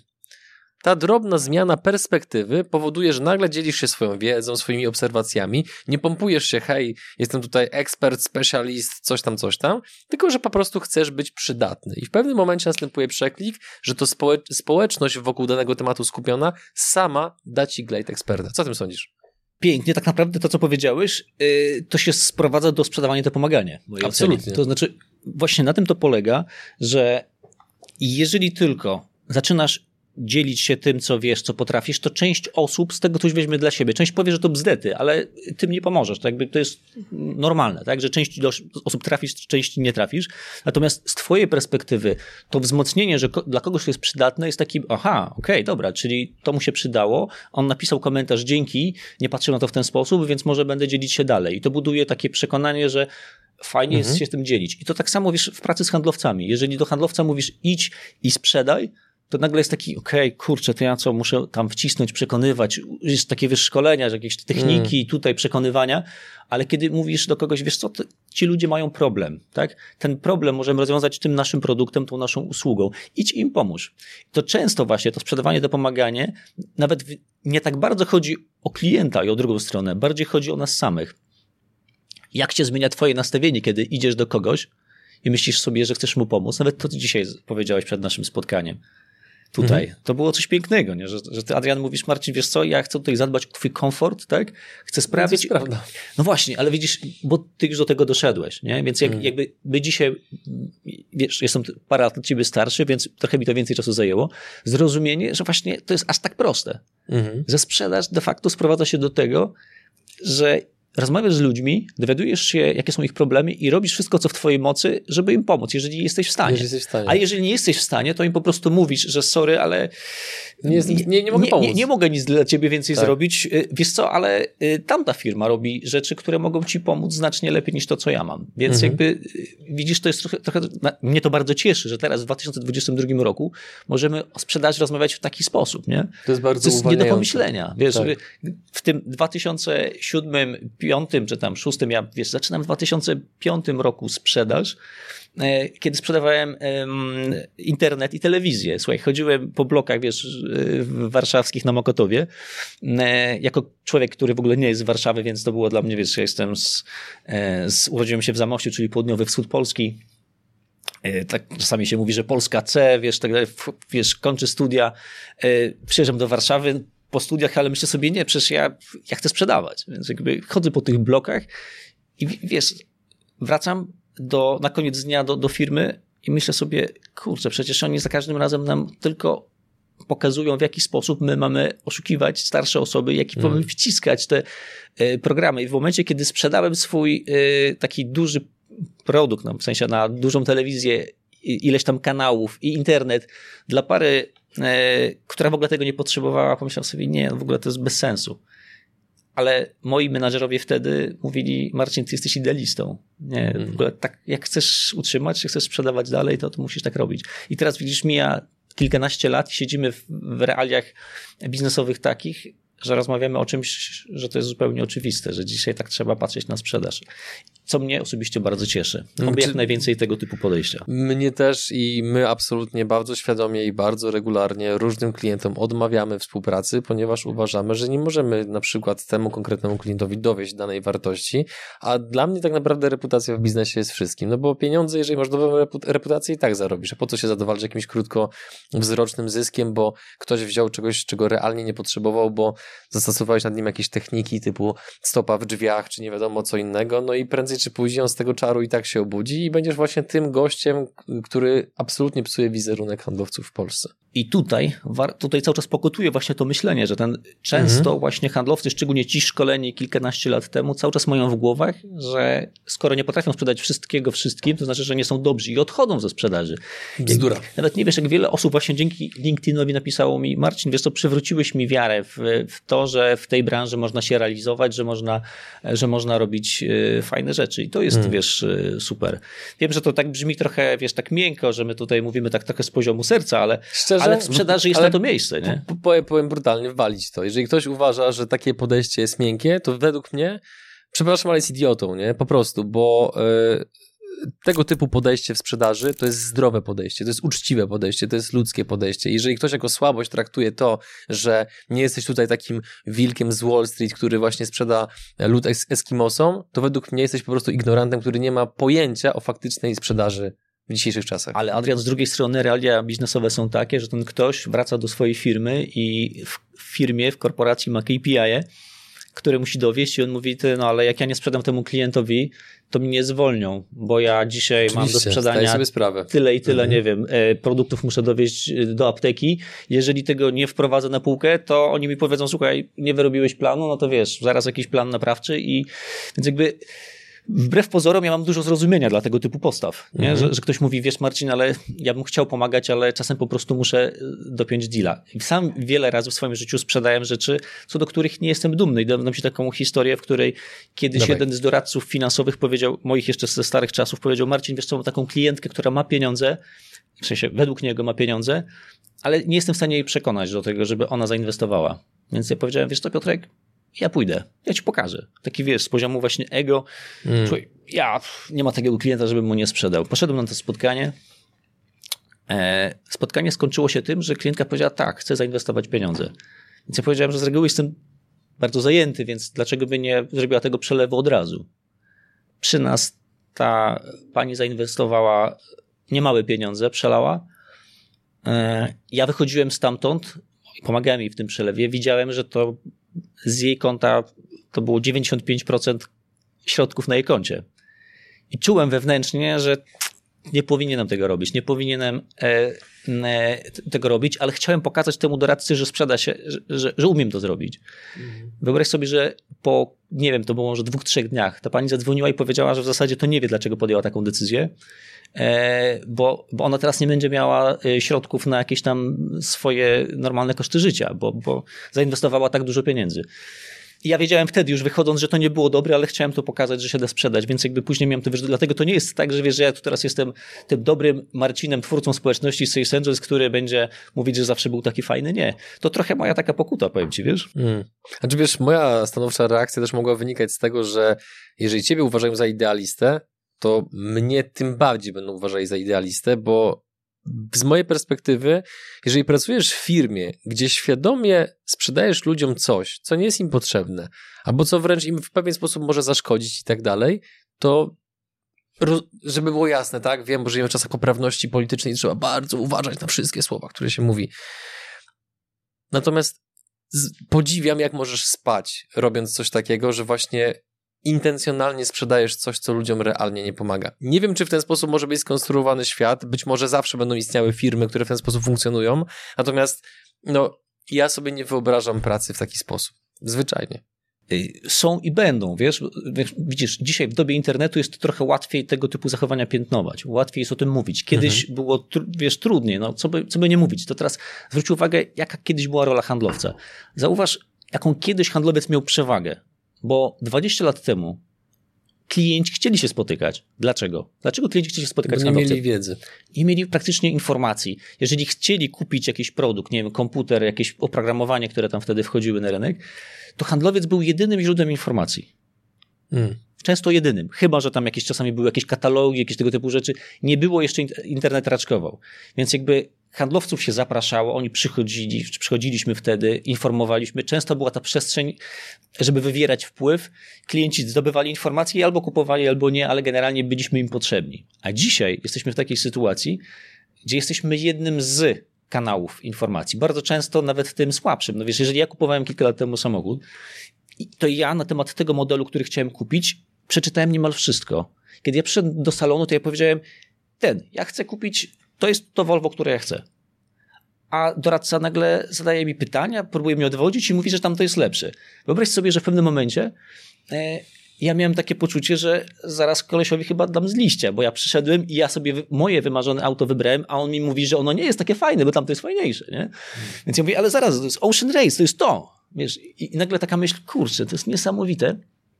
Ta drobna zmiana perspektywy powoduje, że nagle dzielisz się swoją wiedzą, swoimi obserwacjami, nie pompujesz się, hej, jestem tutaj ekspert, specjalist, coś tam, tylko że po prostu chcesz być przydatny. I w pewnym momencie następuje przeklik, że to społeczność wokół danego tematu skupiona sama da ci glejt eksperta. Co o tym sądzisz? Pięknie, tak naprawdę to, co powiedziałeś, to się sprowadza do sprzedawania, to pomaganie. Absolutnie. To znaczy, właśnie na tym to polega, że jeżeli tylko zaczynasz dzielić się tym, co wiesz, co potrafisz, to część osób z tego coś weźmie dla siebie. Część powie, że to bzdety, ale tym nie pomożesz. To jest normalne, tak? Że część osób trafisz, części nie trafisz. Natomiast z twojej perspektywy to wzmocnienie, że dla kogoś to jest przydatne, jest taki, okej, dobra, czyli to mu się przydało, on napisał komentarz, dzięki, nie patrzył na to w ten sposób, więc może będę dzielić się dalej. I to buduje takie przekonanie, że fajnie jest się tym dzielić. I to tak samo wiesz w pracy z handlowcami. Jeżeli do handlowca mówisz idź i sprzedaj, to nagle jest taki, kurczę, to ja co, muszę tam wcisnąć, przekonywać, jest takie wyszkolenia, że jakieś techniki tutaj przekonywania, ale kiedy mówisz do kogoś, wiesz co, ci ludzie mają problem, tak? Ten problem możemy rozwiązać tym naszym produktem, tą naszą usługą. Idź im pomóż. To często właśnie to sprzedawanie, to pomaganie, nawet nie tak bardzo chodzi o klienta i o drugą stronę, bardziej chodzi o nas samych. Jak się zmienia twoje nastawienie, kiedy idziesz do kogoś i myślisz sobie, że chcesz mu pomóc, nawet to, co dzisiaj powiedziałeś przed naszym spotkaniem. Tutaj. To było coś pięknego, nie? Że ty, Adrian, mówisz, Marcin, wiesz co, ja chcę tutaj zadbać o twój komfort, tak? Chcę sprawić... To jest prawda. No właśnie, ale widzisz, bo ty już do tego doszedłeś, nie? Więc jakby my dzisiaj, wiesz, jestem parę lat od ciebie starszy, więc trochę mi to więcej czasu zajęło. Zrozumienie, że właśnie to jest aż tak proste. Że sprzedaż de facto sprowadza się do tego, że rozmawiasz z ludźmi, dowiadujesz się, jakie są ich problemy i robisz wszystko, co w twojej mocy, żeby im pomóc, jeżeli jesteś w stanie. A jeżeli nie jesteś w stanie, to im po prostu mówisz, że sorry, ale nie mogę pomóc. Nie mogę nic dla ciebie więcej zrobić. Wiesz co, ale tamta firma robi rzeczy, które mogą ci pomóc znacznie lepiej niż to, co ja mam. Więc jakby widzisz, to jest trochę mnie to bardzo cieszy, że teraz w 2022 roku możemy o sprzedaży rozmawiać w taki sposób, nie? To jest bardzo nie do uwalniające. pomyślenia. Wiesz, w tym 2007 2005 czy tam 2006, ja zaczynam w 2005 roku sprzedaż, kiedy sprzedawałem internet i telewizję. Słuchaj, chodziłem po blokach, warszawskich na Mokotowie, jako człowiek, który w ogóle nie jest z Warszawy, więc to było dla mnie, ja jestem urodziłem się w Zamościu, czyli południowy wschód Polski. Tak czasami się mówi, że Polska C, tak dalej, kończy studia, przyjeżdżam do Warszawy po studiach, ale myślę sobie, nie, przecież ja chcę sprzedawać. Więc jakby chodzę po tych blokach i wracam na koniec dnia do firmy i myślę sobie, kurczę, przecież oni za każdym razem nam tylko pokazują, w jaki sposób my mamy oszukiwać starsze osoby, jaki mamy wciskać te programy. I w momencie, kiedy sprzedałem swój taki duży produkt, w sensie na dużą telewizję, ileś tam kanałów i internet dla pary, która w ogóle tego nie potrzebowała, pomyślałem sobie, nie, w ogóle to jest bez sensu. Ale moi menadżerowie wtedy mówili, Marcin, ty jesteś idealistą. Nie, w ogóle tak, jak chcesz utrzymać, jak chcesz sprzedawać dalej, to musisz tak robić. I teraz widzisz, mija kilkanaście lat i siedzimy w realiach biznesowych takich, że rozmawiamy o czymś, że to jest zupełnie oczywiste, że dzisiaj tak trzeba patrzeć na sprzedaż. Co mnie osobiście bardzo cieszy. Oby jak najwięcej tego typu podejścia. Mnie też i my absolutnie bardzo świadomie i bardzo regularnie różnym klientom odmawiamy współpracy, ponieważ uważamy, że nie możemy na przykład temu konkretnemu klientowi dowieść danej wartości, a dla mnie tak naprawdę reputacja w biznesie jest wszystkim, no bo pieniądze, jeżeli masz dobrą reputację, i tak zarobisz, a po co się zadowalać jakimś krótkowzrocznym zyskiem, bo ktoś wziął czegoś, czego realnie nie potrzebował, bo zastosowałeś nad nim jakieś techniki typu stopa w drzwiach, czy nie wiadomo co innego, no i prędzej czy później on z tego czaru i tak się obudzi i będziesz właśnie tym gościem, który absolutnie psuje wizerunek handlowców w Polsce. I tutaj cały czas pokutuje właśnie to myślenie, że często właśnie handlowcy, szczególnie ci szkoleni kilkanaście lat temu, cały czas mają w głowach, że skoro nie potrafią sprzedać wszystkiego wszystkim, to znaczy, że nie są dobrzy i odchodzą ze sprzedaży. Bzdura. Nawet nie wiesz, jak wiele osób właśnie dzięki LinkedInowi napisało mi, Marcin, wiesz co, przywróciłeś mi wiarę w to, że w tej branży można się realizować, że można robić fajne rzeczy i to jest, super. Wiem, że to tak brzmi trochę, tak miękko, że my tutaj mówimy tak trochę z poziomu serca, ale w sprzedaży jest na to miejsce, nie? Powiem brutalnie, walić to. Jeżeli ktoś uważa, że takie podejście jest miękkie, to według mnie, przepraszam, ale jest idiotą, nie? Po prostu, bo tego typu podejście w sprzedaży to jest zdrowe podejście, to jest uczciwe podejście, to jest ludzkie podejście. Jeżeli ktoś jako słabość traktuje to, że nie jesteś tutaj takim wilkiem z Wall Street, który właśnie sprzeda lód Eskimosom, to według mnie jesteś po prostu ignorantem, który nie ma pojęcia o faktycznej sprzedaży w dzisiejszych czasach. Ale Adrian, z drugiej strony realia biznesowe są takie, że ten ktoś wraca do swojej firmy i w firmie, w korporacji ma KPI-e, które musi dowieść i on mówi, ale jak ja nie sprzedam temu klientowi, to mnie nie zwolnią, bo ja dzisiaj mam do sprzedania tyle i tyle, nie wiem, produktów muszę dowieść do apteki. Jeżeli tego nie wprowadzę na półkę, to oni mi powiedzą, słuchaj, nie wyrobiłeś planu, no to wiesz, zaraz jakiś plan naprawczy więc jakby wbrew pozorom ja mam dużo zrozumienia dla tego typu postaw, nie? Że ktoś mówi, wiesz Marcin, ale ja bym chciał pomagać, ale czasem po prostu muszę dopiąć deala. I sam wiele razy w swoim życiu sprzedałem rzeczy, co do których nie jestem dumny. I dam ci taką historię, w której kiedyś jeden z doradców finansowych powiedział, moich jeszcze ze starych czasów, powiedział, Marcin, wiesz co, mam taką klientkę, która ma pieniądze, w sensie według niego ma pieniądze, ale nie jestem w stanie jej przekonać do tego, żeby ona zainwestowała. Więc ja powiedziałem, wiesz co Piotrek, ja pójdę, ja ci pokażę. Taki z poziomu właśnie ego. Słuchaj, nie ma takiego klienta, żebym mu nie sprzedał. Poszedłem na to spotkanie. Spotkanie skończyło się tym, że klientka powiedziała, tak, chcę zainwestować pieniądze. Więc ja powiedziałem, że z reguły jestem bardzo zajęty, więc dlaczego by nie zrobiła tego przelewu od razu? Przy nas ta pani zainwestowała niemałe pieniądze, przelała. Ja wychodziłem stamtąd, pomagałem jej w tym przelewie, widziałem, że to z jej konta to było 95% środków na jej koncie. I czułem wewnętrznie, że nie powinienem tego robić, nie powinienem tego robić, ale chciałem pokazać temu doradcy, że sprzeda się, że umiem to zrobić. Wyobraź sobie, że po, nie wiem, to było może 2-3 dniach, ta pani zadzwoniła i powiedziała, że w zasadzie to nie wie, dlaczego podjęła taką decyzję, bo ona teraz nie będzie miała środków na jakieś tam swoje normalne koszty życia, bo zainwestowała tak dużo pieniędzy. ja wiedziałem wtedy już wychodząc, że to nie było dobre, ale chciałem to pokazać, że się da sprzedać, więc jakby później miałem to, dlatego to nie jest tak, że wiesz, że ja tu teraz jestem tym dobrym Marcinem, twórcą społeczności Sales Angels, który będzie mówić, że zawsze był taki fajny. Nie. To trochę moja taka pokuta, powiem ci, wiesz? Znaczy wiesz, moja stanowcza reakcja też mogła wynikać z tego, że jeżeli ciebie uważają za idealistę, to mnie tym bardziej będą uważali za idealistę, bo z mojej perspektywy, jeżeli pracujesz w firmie, gdzie świadomie sprzedajesz ludziom coś, co nie jest im potrzebne, albo co wręcz im w pewien sposób może zaszkodzić i tak dalej, to żeby było jasne, tak? Wiem, bo żyjemy w czasach poprawności politycznej i trzeba bardzo uważać na wszystkie słowa, które się mówi. Natomiast podziwiam, jak możesz spać, robiąc coś takiego, że właśnie intencjonalnie sprzedajesz coś, co ludziom realnie nie pomaga. Nie wiem, czy w ten sposób może być skonstruowany świat. Być może zawsze będą istniały firmy, które w ten sposób funkcjonują. Natomiast ja sobie nie wyobrażam pracy w taki sposób. Zwyczajnie. Są i będą, wiesz, widzisz, dzisiaj w dobie internetu jest trochę łatwiej tego typu zachowania piętnować, łatwiej jest o tym mówić. Kiedyś było, wiesz, trudniej, co by nie mówić, to teraz zwróć uwagę, jaka kiedyś była rola handlowca. Zauważ, jaką kiedyś handlowiec miał przewagę, bo 20 lat temu klienci chcieli się spotykać. Dlaczego? Dlaczego klienci chcieli się spotykać z handlowcem? Nie mieli wiedzy. Nie mieli praktycznie informacji. Jeżeli chcieli kupić jakiś produkt, nie wiem, komputer, jakieś oprogramowanie, które tam wtedy wchodziły na rynek, to handlowiec był jedynym źródłem informacji. Często jedynym. Chyba że tam czasami były jakieś katalogi, jakieś tego typu rzeczy. Nie było jeszcze, internet raczkował. Więc jakby handlowców się zapraszało, oni przychodziliśmy wtedy, informowaliśmy. Często była ta przestrzeń, żeby wywierać wpływ. Klienci zdobywali informacje, albo kupowali, albo nie, ale generalnie byliśmy im potrzebni. A dzisiaj jesteśmy w takiej sytuacji, gdzie jesteśmy jednym z kanałów informacji. Bardzo często nawet tym słabszym. No wiesz, jeżeli ja kupowałem kilka lat temu samochód, to ja na temat tego modelu, który chciałem kupić, przeczytałem niemal wszystko. Kiedy ja przyszedłem do salonu, to ja powiedziałem, ja chcę kupić, to jest to Volvo, które ja chcę. A doradca nagle zadaje mi pytania, próbuje mnie odwodzić i mówi, że tam to jest lepsze. Wyobraź sobie, że w pewnym momencie ja miałem takie poczucie, że zaraz kolesiowi chyba dam z liścia, bo ja przyszedłem i ja sobie moje wymarzone auto wybrałem, a on mi mówi, że ono nie jest takie fajne, bo tam to jest fajniejsze. Nie? Więc ja mówię, ale zaraz, to jest Ocean Race, to jest to. Wiesz, i nagle taka myśl, kurczę, to jest niesamowite,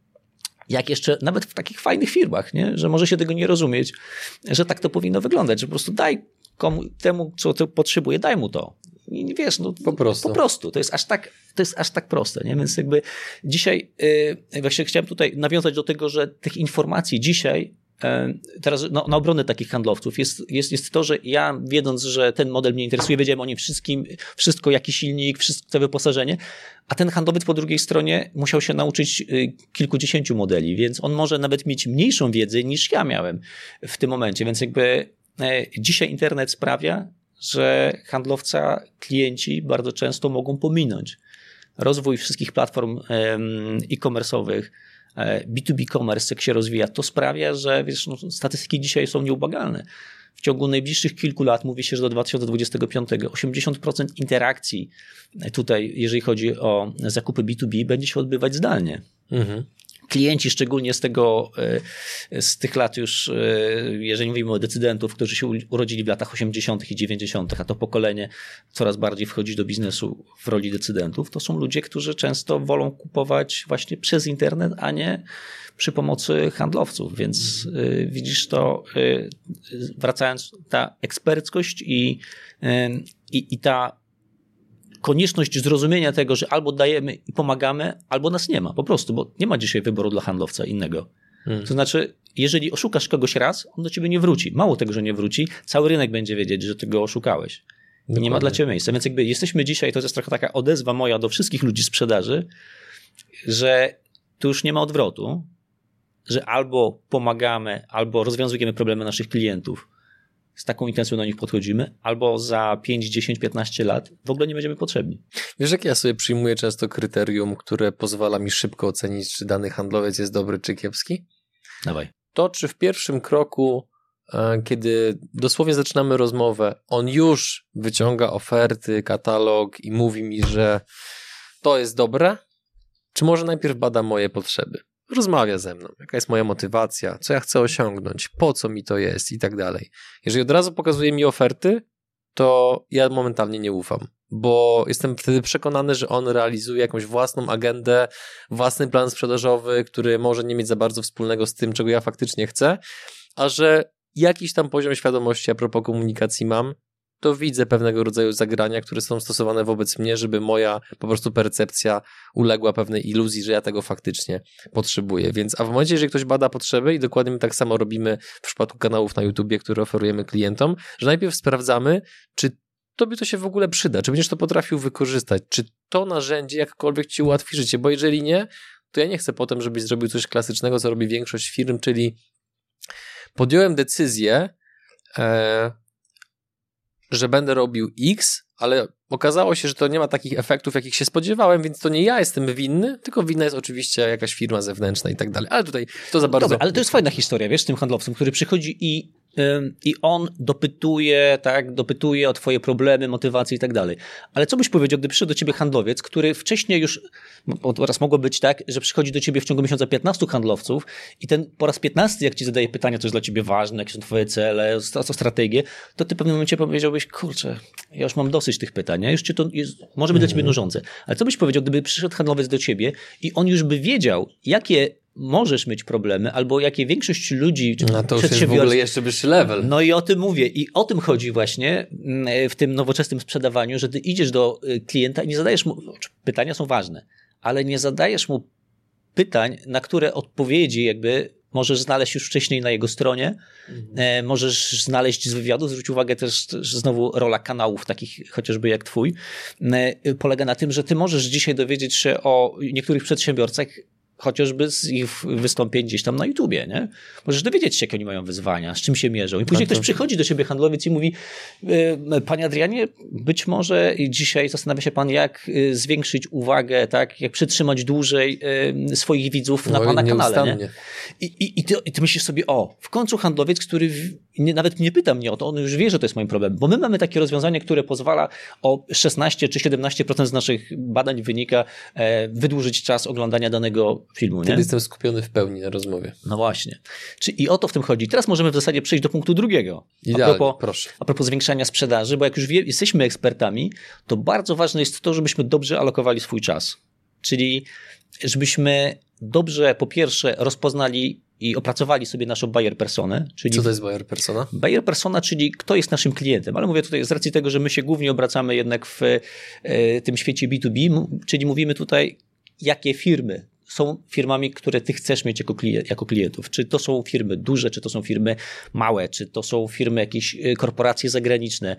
jak jeszcze nawet w takich fajnych firmach, nie? Że może się tego nie rozumieć, że tak to powinno wyglądać, że po prostu daj temu, co to potrzebuje, daj mu to. I wiesz, po prostu. To jest aż tak proste, nie? Więc jakby dzisiaj właśnie chciałem tutaj nawiązać do tego, że tych informacji dzisiaj teraz na obronę takich handlowców jest to, że ja wiedząc, że ten model mnie interesuje, wiedziałem o nim wszystko, jaki silnik, wszystko wyposażenie, a ten handlowiec po drugiej stronie musiał się nauczyć kilkudziesięciu modeli, więc on może nawet mieć mniejszą wiedzę niż ja miałem w tym momencie, więc jakby dzisiaj internet sprawia, że klienci bardzo często mogą pominąć rozwój wszystkich platform e-commerce'owych, B2B commerce, jak się rozwija, to sprawia, że wiesz, statystyki dzisiaj są nieubłagane. W ciągu najbliższych kilku lat mówi się, że do 2025 80% interakcji tutaj, jeżeli chodzi o zakupy B2B, będzie się odbywać zdalnie. Klienci, szczególnie z tych lat już, jeżeli mówimy o decydentów, którzy się urodzili w latach 80. i 90., a to pokolenie coraz bardziej wchodzi do biznesu w roli decydentów, to są ludzie, którzy często wolą kupować właśnie przez internet, a nie przy pomocy handlowców. Więc widzisz to, wracając, ta eksperckość i ta konieczność zrozumienia tego, że albo dajemy i pomagamy, albo nas nie ma. Po prostu, bo nie ma dzisiaj wyboru dla handlowca innego. To znaczy, jeżeli oszukasz kogoś raz, on do ciebie nie wróci. Mało tego, że nie wróci, cały rynek będzie wiedzieć, że ty go oszukałeś. I nie ma dla ciebie miejsca. Więc jakby jesteśmy dzisiaj, to jest trochę taka odezwa moja do wszystkich ludzi sprzedaży, że tu już nie ma odwrotu, że albo pomagamy, albo rozwiązujemy problemy naszych klientów, z taką intencją do nich podchodzimy, albo za 5, 10, 15 lat w ogóle nie będziemy potrzebni. Wiesz, jak ja sobie przyjmuję często kryterium, które pozwala mi szybko ocenić, czy dany handlowiec jest dobry, czy kiepski? Dawaj. To, czy w pierwszym kroku, kiedy dosłownie zaczynamy rozmowę, on już wyciąga oferty, katalog i mówi mi, że to jest dobre, czy może najpierw bada moje potrzeby? Rozmawia ze mną, jaka jest moja motywacja, co ja chcę osiągnąć, po co mi to jest i tak dalej. Jeżeli od razu pokazuje mi oferty, to ja momentalnie nie ufam, bo jestem wtedy przekonany, że on realizuje jakąś własną agendę, własny plan sprzedażowy, który może nie mieć za bardzo wspólnego z tym, czego ja faktycznie chcę, a że jakiś tam poziom świadomości a propos komunikacji mam, to widzę pewnego rodzaju zagrania, które są stosowane wobec mnie, żeby moja po prostu percepcja uległa pewnej iluzji, że ja tego faktycznie potrzebuję. Więc, a w momencie, jeżeli ktoś bada potrzeby i dokładnie my tak samo robimy w przypadku kanałów na YouTubie, które oferujemy klientom, że najpierw sprawdzamy, czy tobie to się w ogóle przyda, czy będziesz to potrafił wykorzystać, czy to narzędzie jakkolwiek ci ułatwi życie, bo jeżeli nie, to ja nie chcę potem, żebyś zrobił coś klasycznego, co robi większość firm, czyli podjąłem decyzję, że będę robił X, ale okazało się, że to nie ma takich efektów, jakich się spodziewałem, więc to nie ja jestem winny, tylko winna jest oczywiście jakaś firma zewnętrzna i tak dalej. Ale tutaj to za bardzo... Dobra, ale to jest fajna historia, wiesz, z tym handlowcem, który przychodzi i on dopytuje o twoje problemy, motywacje i tak dalej. Ale co byś powiedział, gdy przyszedł do ciebie handlowiec, który wcześniej już, bo teraz mogło być tak, że przychodzi do ciebie w ciągu miesiąca 15 handlowców i ten po raz 15, jak ci zadaje pytania, co jest dla ciebie ważne, jakie są twoje cele, co strategie, to ty w pewnym momencie powiedziałbyś, kurczę, ja już mam dosyć tych pytań, ja już ci to może być dla ciebie nużące. Ale co byś powiedział, gdyby przyszedł handlowiec do ciebie i on już by wiedział, jakie możesz mieć problemy, albo jakie większość ludzi... No to już jest w ogóle jeszcze wyższy level. No i o tym mówię. I o tym chodzi właśnie w tym nowoczesnym sprzedawaniu, że ty idziesz do klienta i nie zadajesz mu... Pytania są ważne, ale nie zadajesz mu pytań, na które odpowiedzi jakby możesz znaleźć już wcześniej na jego stronie, możesz znaleźć z wywiadu. Zwróć uwagę też, że znowu rola kanałów takich chociażby jak twój polega na tym, że ty możesz dzisiaj dowiedzieć się o niektórych przedsiębiorcach chociażby z ich wystąpień gdzieś tam na YouTubie, nie? Możesz dowiedzieć się, jakie oni mają wyzwania, z czym się mierzą. I później ktoś przychodzi do ciebie, handlowiec, i mówi: panie Adrianie, być może dzisiaj zastanawia się pan, jak zwiększyć uwagę, tak? Jak przytrzymać dłużej swoich widzów na pana kanale, nie? I ty myślisz sobie, w końcu handlowiec, który nawet nie pyta mnie o to, on już wie, że to jest moim problemem, bo my mamy takie rozwiązanie, które pozwala o 16 czy 17% z naszych badań wynika wydłużyć czas oglądania danego filmu. Wtedy jestem skupiony w pełni na rozmowie. No właśnie. I o to w tym chodzi. Teraz możemy w zasadzie przejść do punktu drugiego. Idealnie, proszę. A propos zwiększania sprzedaży, bo jak już jesteśmy ekspertami, to bardzo ważne jest to, żebyśmy dobrze alokowali swój czas. Czyli żebyśmy dobrze, po pierwsze, rozpoznali i opracowali sobie naszą buyer personę. Czyli co to jest buyer persona? Buyer persona, czyli kto jest naszym klientem. Ale mówię tutaj z racji tego, że my się głównie obracamy jednak w tym świecie B2B, czyli mówimy tutaj, jakie firmy są firmami, które ty chcesz mieć jako klientów. Czy to są firmy duże, czy to są firmy małe, czy to są firmy, jakieś korporacje zagraniczne.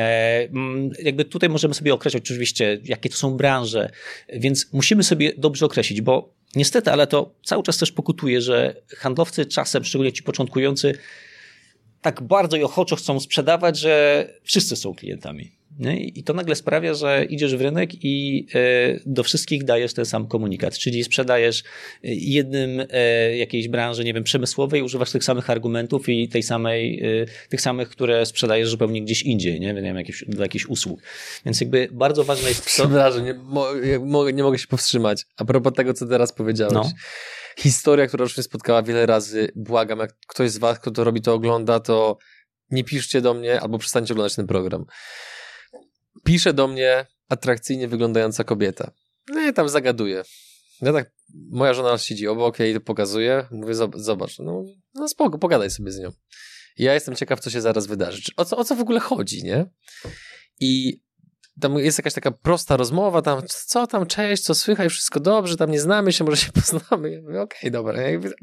Jakby tutaj możemy sobie określić oczywiście, jakie to są branże, więc musimy sobie dobrze określić, bo niestety, ale to cały czas też pokutuje, że handlowcy czasem, szczególnie ci początkujący, tak bardzo i ochoczo chcą sprzedawać, że wszyscy są klientami. Nie? I to nagle sprawia, że idziesz w rynek i do wszystkich dajesz ten sam komunikat, czyli sprzedajesz jednym jakiejś branży, nie wiem, przemysłowej, używasz tych samych argumentów i tych samych, które sprzedajesz zupełnie gdzieś indziej, nie wiem, do jakichś usług. Więc jakby bardzo ważne jest to... Przepraszam, nie mogę się powstrzymać. A propos tego, co teraz powiedziałeś. No. Historia, która już mnie spotkała wiele razy, błagam, jak ktoś z was, kto to robi, to ogląda, to nie piszcie do mnie albo przestańcie oglądać ten program. Pisze do mnie atrakcyjnie wyglądająca kobieta. No ja tam zagaduję. Ja tak, moja żona siedzi obok, ja jej to pokazuję, mówię, zobacz, no spoko, pogadaj sobie z nią. I ja jestem ciekaw, co się zaraz wydarzy. O co w ogóle chodzi, nie? I tam jest jakaś taka prosta rozmowa, tam, co tam, cześć, co słychać, wszystko dobrze, tam nie znamy się, może się poznamy. Ja mówię, okej, dobra.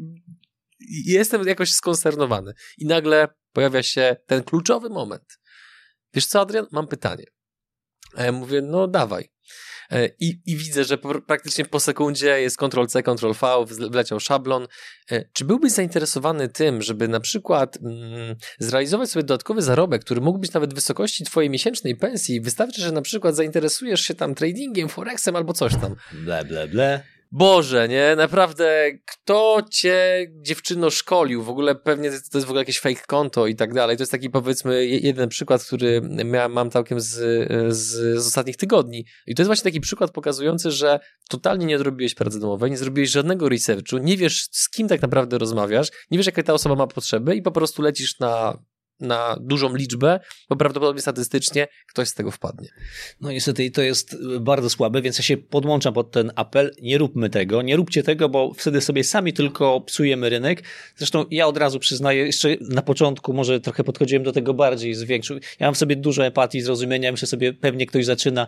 Jestem jakoś skonsternowany. I nagle pojawia się ten kluczowy moment. Wiesz co, Adrian? Mam pytanie. A ja mówię, no dawaj. I widzę, że praktycznie po sekundzie jest Ctrl-C, Ctrl-V, wleciał szablon. Czy byłbyś zainteresowany tym, żeby na przykład zrealizować sobie dodatkowy zarobek, który mógł być nawet w wysokości twojej miesięcznej pensji? Wystarczy, że na przykład zainteresujesz się tam tradingiem, forexem albo coś tam. Ble, ble, ble. Boże, nie? Naprawdę, kto cię, dziewczyno, szkolił? W ogóle pewnie to jest w ogóle jakieś fake konto i tak dalej. To jest taki, powiedzmy, jeden przykład, który mam całkiem z ostatnich tygodni. I to jest właśnie taki przykład pokazujący, że totalnie nie odrobiłeś pracy domowej, nie zrobiłeś żadnego researchu, nie wiesz, z kim tak naprawdę rozmawiasz, nie wiesz, jakie ta osoba ma potrzeby i po prostu lecisz na na dużą liczbę, bo prawdopodobnie statystycznie ktoś z tego wpadnie. No niestety to jest bardzo słabe, więc ja się podłączam pod ten apel. Nie róbmy tego, nie róbcie tego, bo wtedy sobie sami tylko psujemy rynek. Zresztą ja od razu przyznaję, jeszcze na początku może trochę podchodziłem do tego bardziej z większą. Ja mam w sobie dużo empatii, zrozumienia, myślę sobie, pewnie ktoś zaczyna,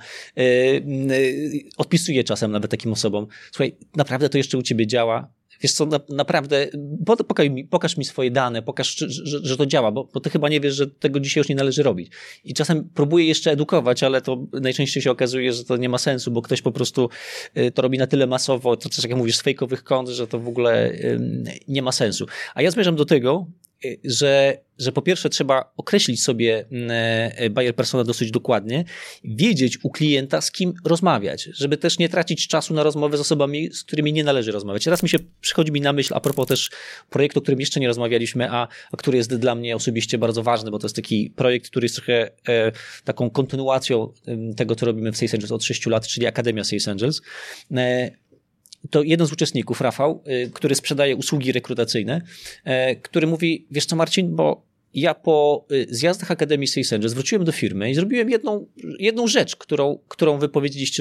odpisuję czasem nawet takim osobom. Słuchaj, naprawdę to jeszcze u ciebie działa? Wiesz co, naprawdę, pokaż mi swoje dane, pokaż, że to działa, bo ty chyba nie wiesz, że tego dzisiaj już nie należy robić. I czasem próbuję jeszcze edukować, ale to najczęściej się okazuje, że to nie ma sensu, bo ktoś po prostu to robi na tyle masowo, to też jak mówisz, z fejkowych kont, że to w ogóle nie ma sensu. A ja zmierzam do tego, że po pierwsze trzeba określić sobie buyer persona dosyć dokładnie, wiedzieć u klienta, z kim rozmawiać, żeby też nie tracić czasu na rozmowę z osobami, z którymi nie należy rozmawiać. Teraz przychodzi mi na myśl, a propos też projektu, o którym jeszcze nie rozmawialiśmy, a który jest dla mnie osobiście bardzo ważny, bo to jest taki projekt, który jest trochę taką kontynuacją tego, co robimy w Sales Angels od 6 lat, czyli Akademia Sales Angels. To jeden z uczestników, Rafał, który sprzedaje usługi rekrutacyjne, który mówi, wiesz co Marcin, bo ja po zjazdach Akademii Sales Angels wróciłem do firmy i zrobiłem jedną rzecz, którą wy powiedzieliście,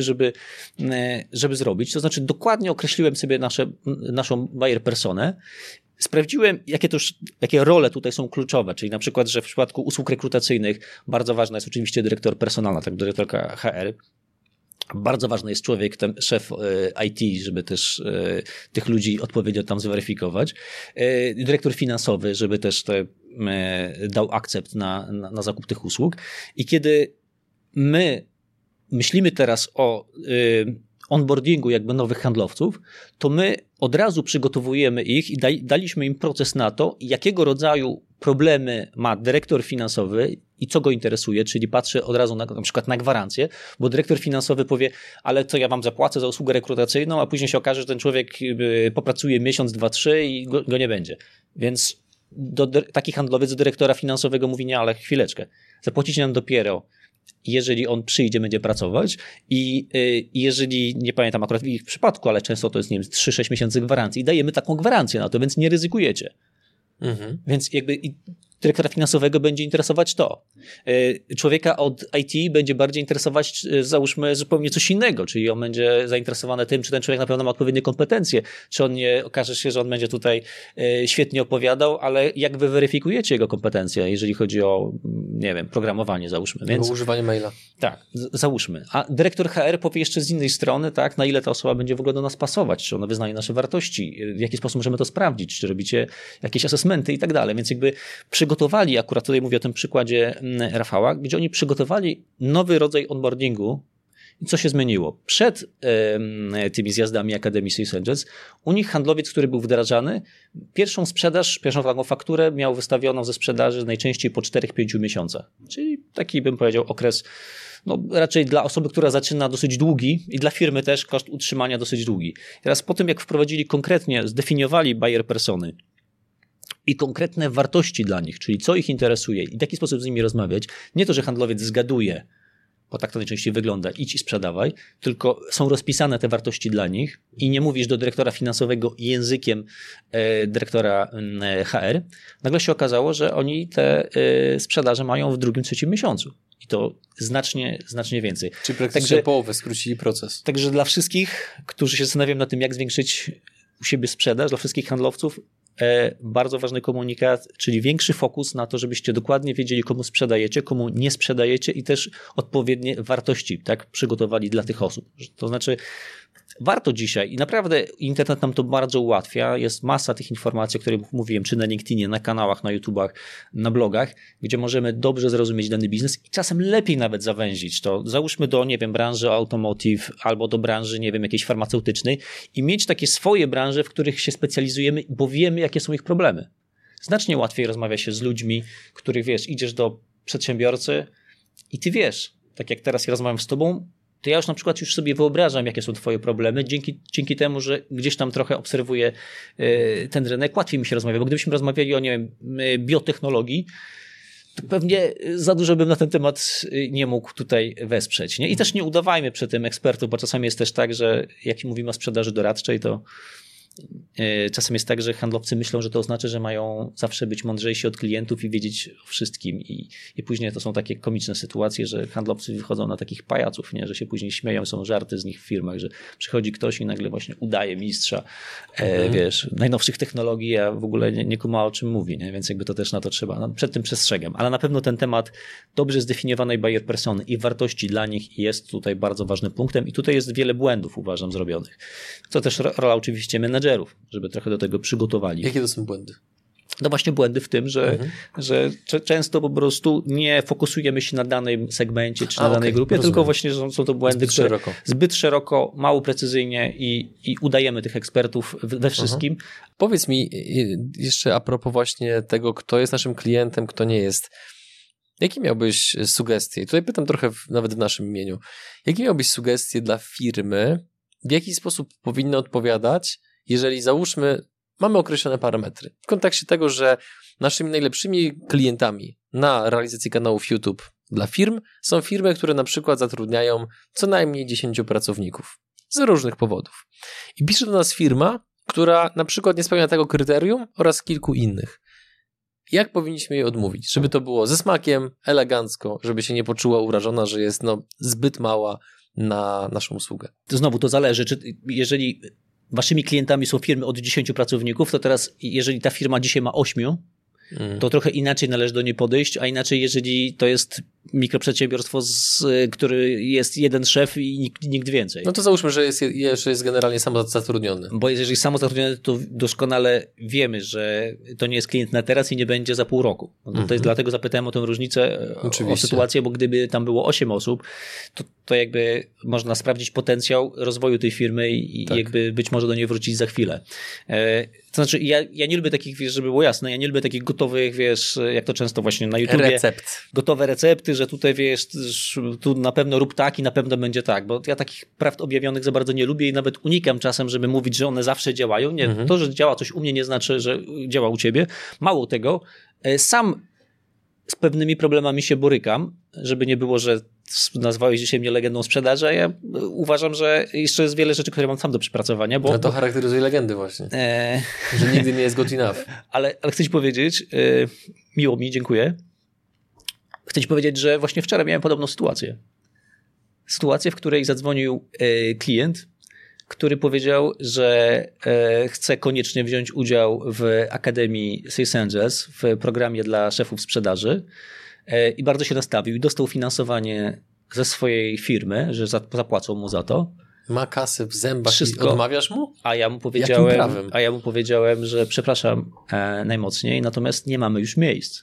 żeby zrobić. To znaczy dokładnie określiłem sobie naszą buyer personę, sprawdziłem, jakie role tutaj są kluczowe, czyli na przykład, że w przypadku usług rekrutacyjnych bardzo ważna jest oczywiście dyrektor personalna, tak, dyrektorka HR. Bardzo ważny jest człowiek, ten szef IT, żeby też tych ludzi odpowiednio tam zweryfikować. Dyrektor finansowy, żeby też dał akcept na zakup tych usług. I kiedy my myślimy teraz o onboardingu jakby nowych handlowców, to my od razu przygotowujemy ich i daliśmy im proces na to, jakiego rodzaju problemy ma dyrektor finansowy i co go interesuje, czyli patrzę od razu na przykład na gwarancję, bo dyrektor finansowy powie, ale co ja wam zapłacę za usługę rekrutacyjną, a później się okaże, że ten człowiek popracuje miesiąc, 2, 3 i go nie będzie. Więc taki handlowiec do dyrektora finansowego mówi, nie, ale chwileczkę, zapłacicie nam dopiero, jeżeli on przyjdzie, będzie pracować i jeżeli, nie pamiętam akurat w ich przypadku, ale często to jest, nie wiem, 3-6 miesięcy gwarancji i dajemy taką gwarancję na to, więc nie ryzykujecie. Mhm. Więc jakby dyrektora finansowego będzie interesować to. Człowieka od IT będzie bardziej interesować, załóżmy, zupełnie coś innego, czyli on będzie zainteresowany tym, czy ten człowiek na pewno ma odpowiednie kompetencje, czy on nie okaże się, że on będzie tutaj świetnie opowiadał, ale jak wy weryfikujecie jego kompetencje, jeżeli chodzi o, nie wiem, programowanie, załóżmy. Więc, używanie maila. Tak, załóżmy. A dyrektor HR powie jeszcze z innej strony, tak, na ile ta osoba będzie w ogóle do nas pasować, czy ona wyznaje nasze wartości, w jaki sposób możemy to sprawdzić, czy robicie jakieś asesmenty i tak dalej. Więc jakby przygotowali, akurat tutaj mówię o tym przykładzie Rafała, gdzie oni przygotowali nowy rodzaj onboardingu. I co się zmieniło? Przed tymi zjazdami Akademii Sales Angels u nich handlowiec, który był wdrażany, pierwszą taką fakturę miał wystawioną ze sprzedaży najczęściej po 4-5 miesiącach. Czyli taki, bym powiedział, okres raczej dla osoby, która zaczyna, dosyć długi i dla firmy też koszt utrzymania dosyć długi. Teraz po tym, jak wprowadzili konkretnie, zdefiniowali buyer persony i konkretne wartości dla nich, czyli co ich interesuje i w jaki sposób z nimi rozmawiać, nie to, że handlowiec zgaduje, bo tak to najczęściej wygląda, idź i sprzedawaj, tylko są rozpisane te wartości dla nich i nie mówisz do dyrektora finansowego językiem dyrektora HR, nagle się okazało, że oni te sprzedaże mają w 2., 3. miesiącu. I to znacznie więcej. Czyli praktycznie połowę skrócili proces. Także dla wszystkich, którzy się zastanawiają nad tym, jak zwiększyć u siebie sprzedaż, dla wszystkich handlowców, bardzo ważny komunikat, czyli większy fokus na to, żebyście dokładnie wiedzieli, komu sprzedajecie, komu nie sprzedajecie i też odpowiednie wartości, tak, przygotowali dla tych osób. To znaczy, warto dzisiaj i naprawdę internet nam to bardzo ułatwia. Jest masa tych informacji, o których mówiłem, czy na LinkedInie, na kanałach, na YouTubach, na blogach, gdzie możemy dobrze zrozumieć dany biznes i czasem lepiej nawet zawęzić to. Załóżmy do, nie wiem, branży automotive albo do branży, nie wiem, jakiejś farmaceutycznej i mieć takie swoje branże, w których się specjalizujemy, bo wiemy, jakie są ich problemy. Znacznie łatwiej rozmawia się z ludźmi, których, wiesz, idziesz do przedsiębiorcy i ty wiesz, tak jak teraz ja rozmawiam z tobą, to ja już na przykład sobie wyobrażam, jakie są twoje problemy, dzięki temu, że gdzieś tam trochę obserwuję ten rynek, łatwiej mi się rozmawia, bo gdybyśmy rozmawiali o, nie wiem, biotechnologii, to pewnie za dużo bym na ten temat nie mógł tutaj wesprzeć. Nie? I też nie udawajmy przy tym ekspertów, bo czasami jest też tak, że jak mówimy o sprzedaży doradczej, to czasem jest tak, że handlowcy myślą, że to oznacza, że mają zawsze być mądrzejsi od klientów i wiedzieć o wszystkim. I później to są takie komiczne sytuacje, że handlowcy wychodzą na takich pajaców, nie? Że się później śmieją, są żarty z nich w firmach, że przychodzi ktoś i nagle właśnie udaje mistrza, wiesz, najnowszych technologii, a w ogóle nie kuma o czym mówi, nie? Więc jakby to też na to trzeba, no, przed tym przestrzegam. Ale na pewno ten temat dobrze zdefiniowanej buyer persony i wartości dla nich jest tutaj bardzo ważnym punktem i tutaj jest wiele błędów, uważam, zrobionych. To też rola oczywiście menedżerów, żeby trochę do tego przygotowali. Jakie to są błędy? No właśnie błędy w tym, że często po prostu nie fokusujemy się na danym segmencie czy na danej grupie, tylko właśnie są to błędy, które zbyt szeroko, mało precyzyjnie i udajemy tych ekspertów we wszystkim. Powiedz mi jeszcze a propos właśnie tego, kto jest naszym klientem, kto nie jest. Jakie miałbyś sugestie? I tutaj pytam trochę nawet w naszym imieniu. Jakie miałbyś sugestie dla firmy, w jaki sposób powinny odpowiadać, jeżeli załóżmy, mamy określone parametry. W kontekście tego, że naszymi najlepszymi klientami na realizację kanałów YouTube dla firm są firmy, które na przykład zatrudniają co najmniej 10 pracowników z różnych powodów. I pisze do nas firma, która na przykład nie spełnia tego kryterium oraz kilku innych. Jak powinniśmy jej odmówić? Żeby to było ze smakiem, elegancko, żeby się nie poczuła urażona, że jest zbyt mała na naszą usługę. To znowu to zależy, jeżeli waszymi klientami są firmy od 10 pracowników, to teraz jeżeli ta firma dzisiaj ma 8, to trochę inaczej należy do niej podejść, a inaczej jeżeli to jest mikroprzedsiębiorstwo, który jest jeden szef i nikt więcej. No to załóżmy, że jest generalnie samozatrudniony. Bo jeżeli samozatrudniony, to doskonale wiemy, że to nie jest klient na teraz i nie będzie za pół roku. No to jest dlatego zapytałem o tę różnicę, o sytuację, bo gdyby tam było 8 osób, to jakby można sprawdzić potencjał rozwoju tej firmy i jakby być może do niej wrócić za chwilę. To znaczy, ja nie lubię takich, wiesz, żeby było jasne, ja nie lubię takich gotowych, wiesz, jak to często właśnie na YouTubie. Gotowe recepty, że tutaj, wiesz, tu na pewno rób tak i na pewno będzie tak, bo ja takich prawd objawionych za bardzo nie lubię i nawet unikam czasem, żeby mówić, że one zawsze działają. Nie, to, że działa coś u mnie nie znaczy, że działa u ciebie. Mało tego, sam z pewnymi problemami się borykam, żeby nie było, że nazwałeś dzisiaj mnie legendą sprzedaży, a ja uważam, że jeszcze jest wiele rzeczy, które mam sam do przepracowania. Bo to charakteryzuje legendy właśnie, że nigdy nie jest good enough. Ale chcę ci powiedzieć, miło mi, dziękuję. Chcę ci powiedzieć, że właśnie wczoraj miałem podobną sytuację. Sytuację, w której zadzwonił klient, który powiedział, że chce koniecznie wziąć udział w Akademii Sales Angels, w programie dla szefów sprzedaży i bardzo się nastawił i dostał finansowanie ze swojej firmy, że zapłacą mu za to. Ma kasę w zębach wszystko. I odmawiasz mu? A ja mu powiedziałem, że przepraszam najmocniej, natomiast nie mamy już miejsc.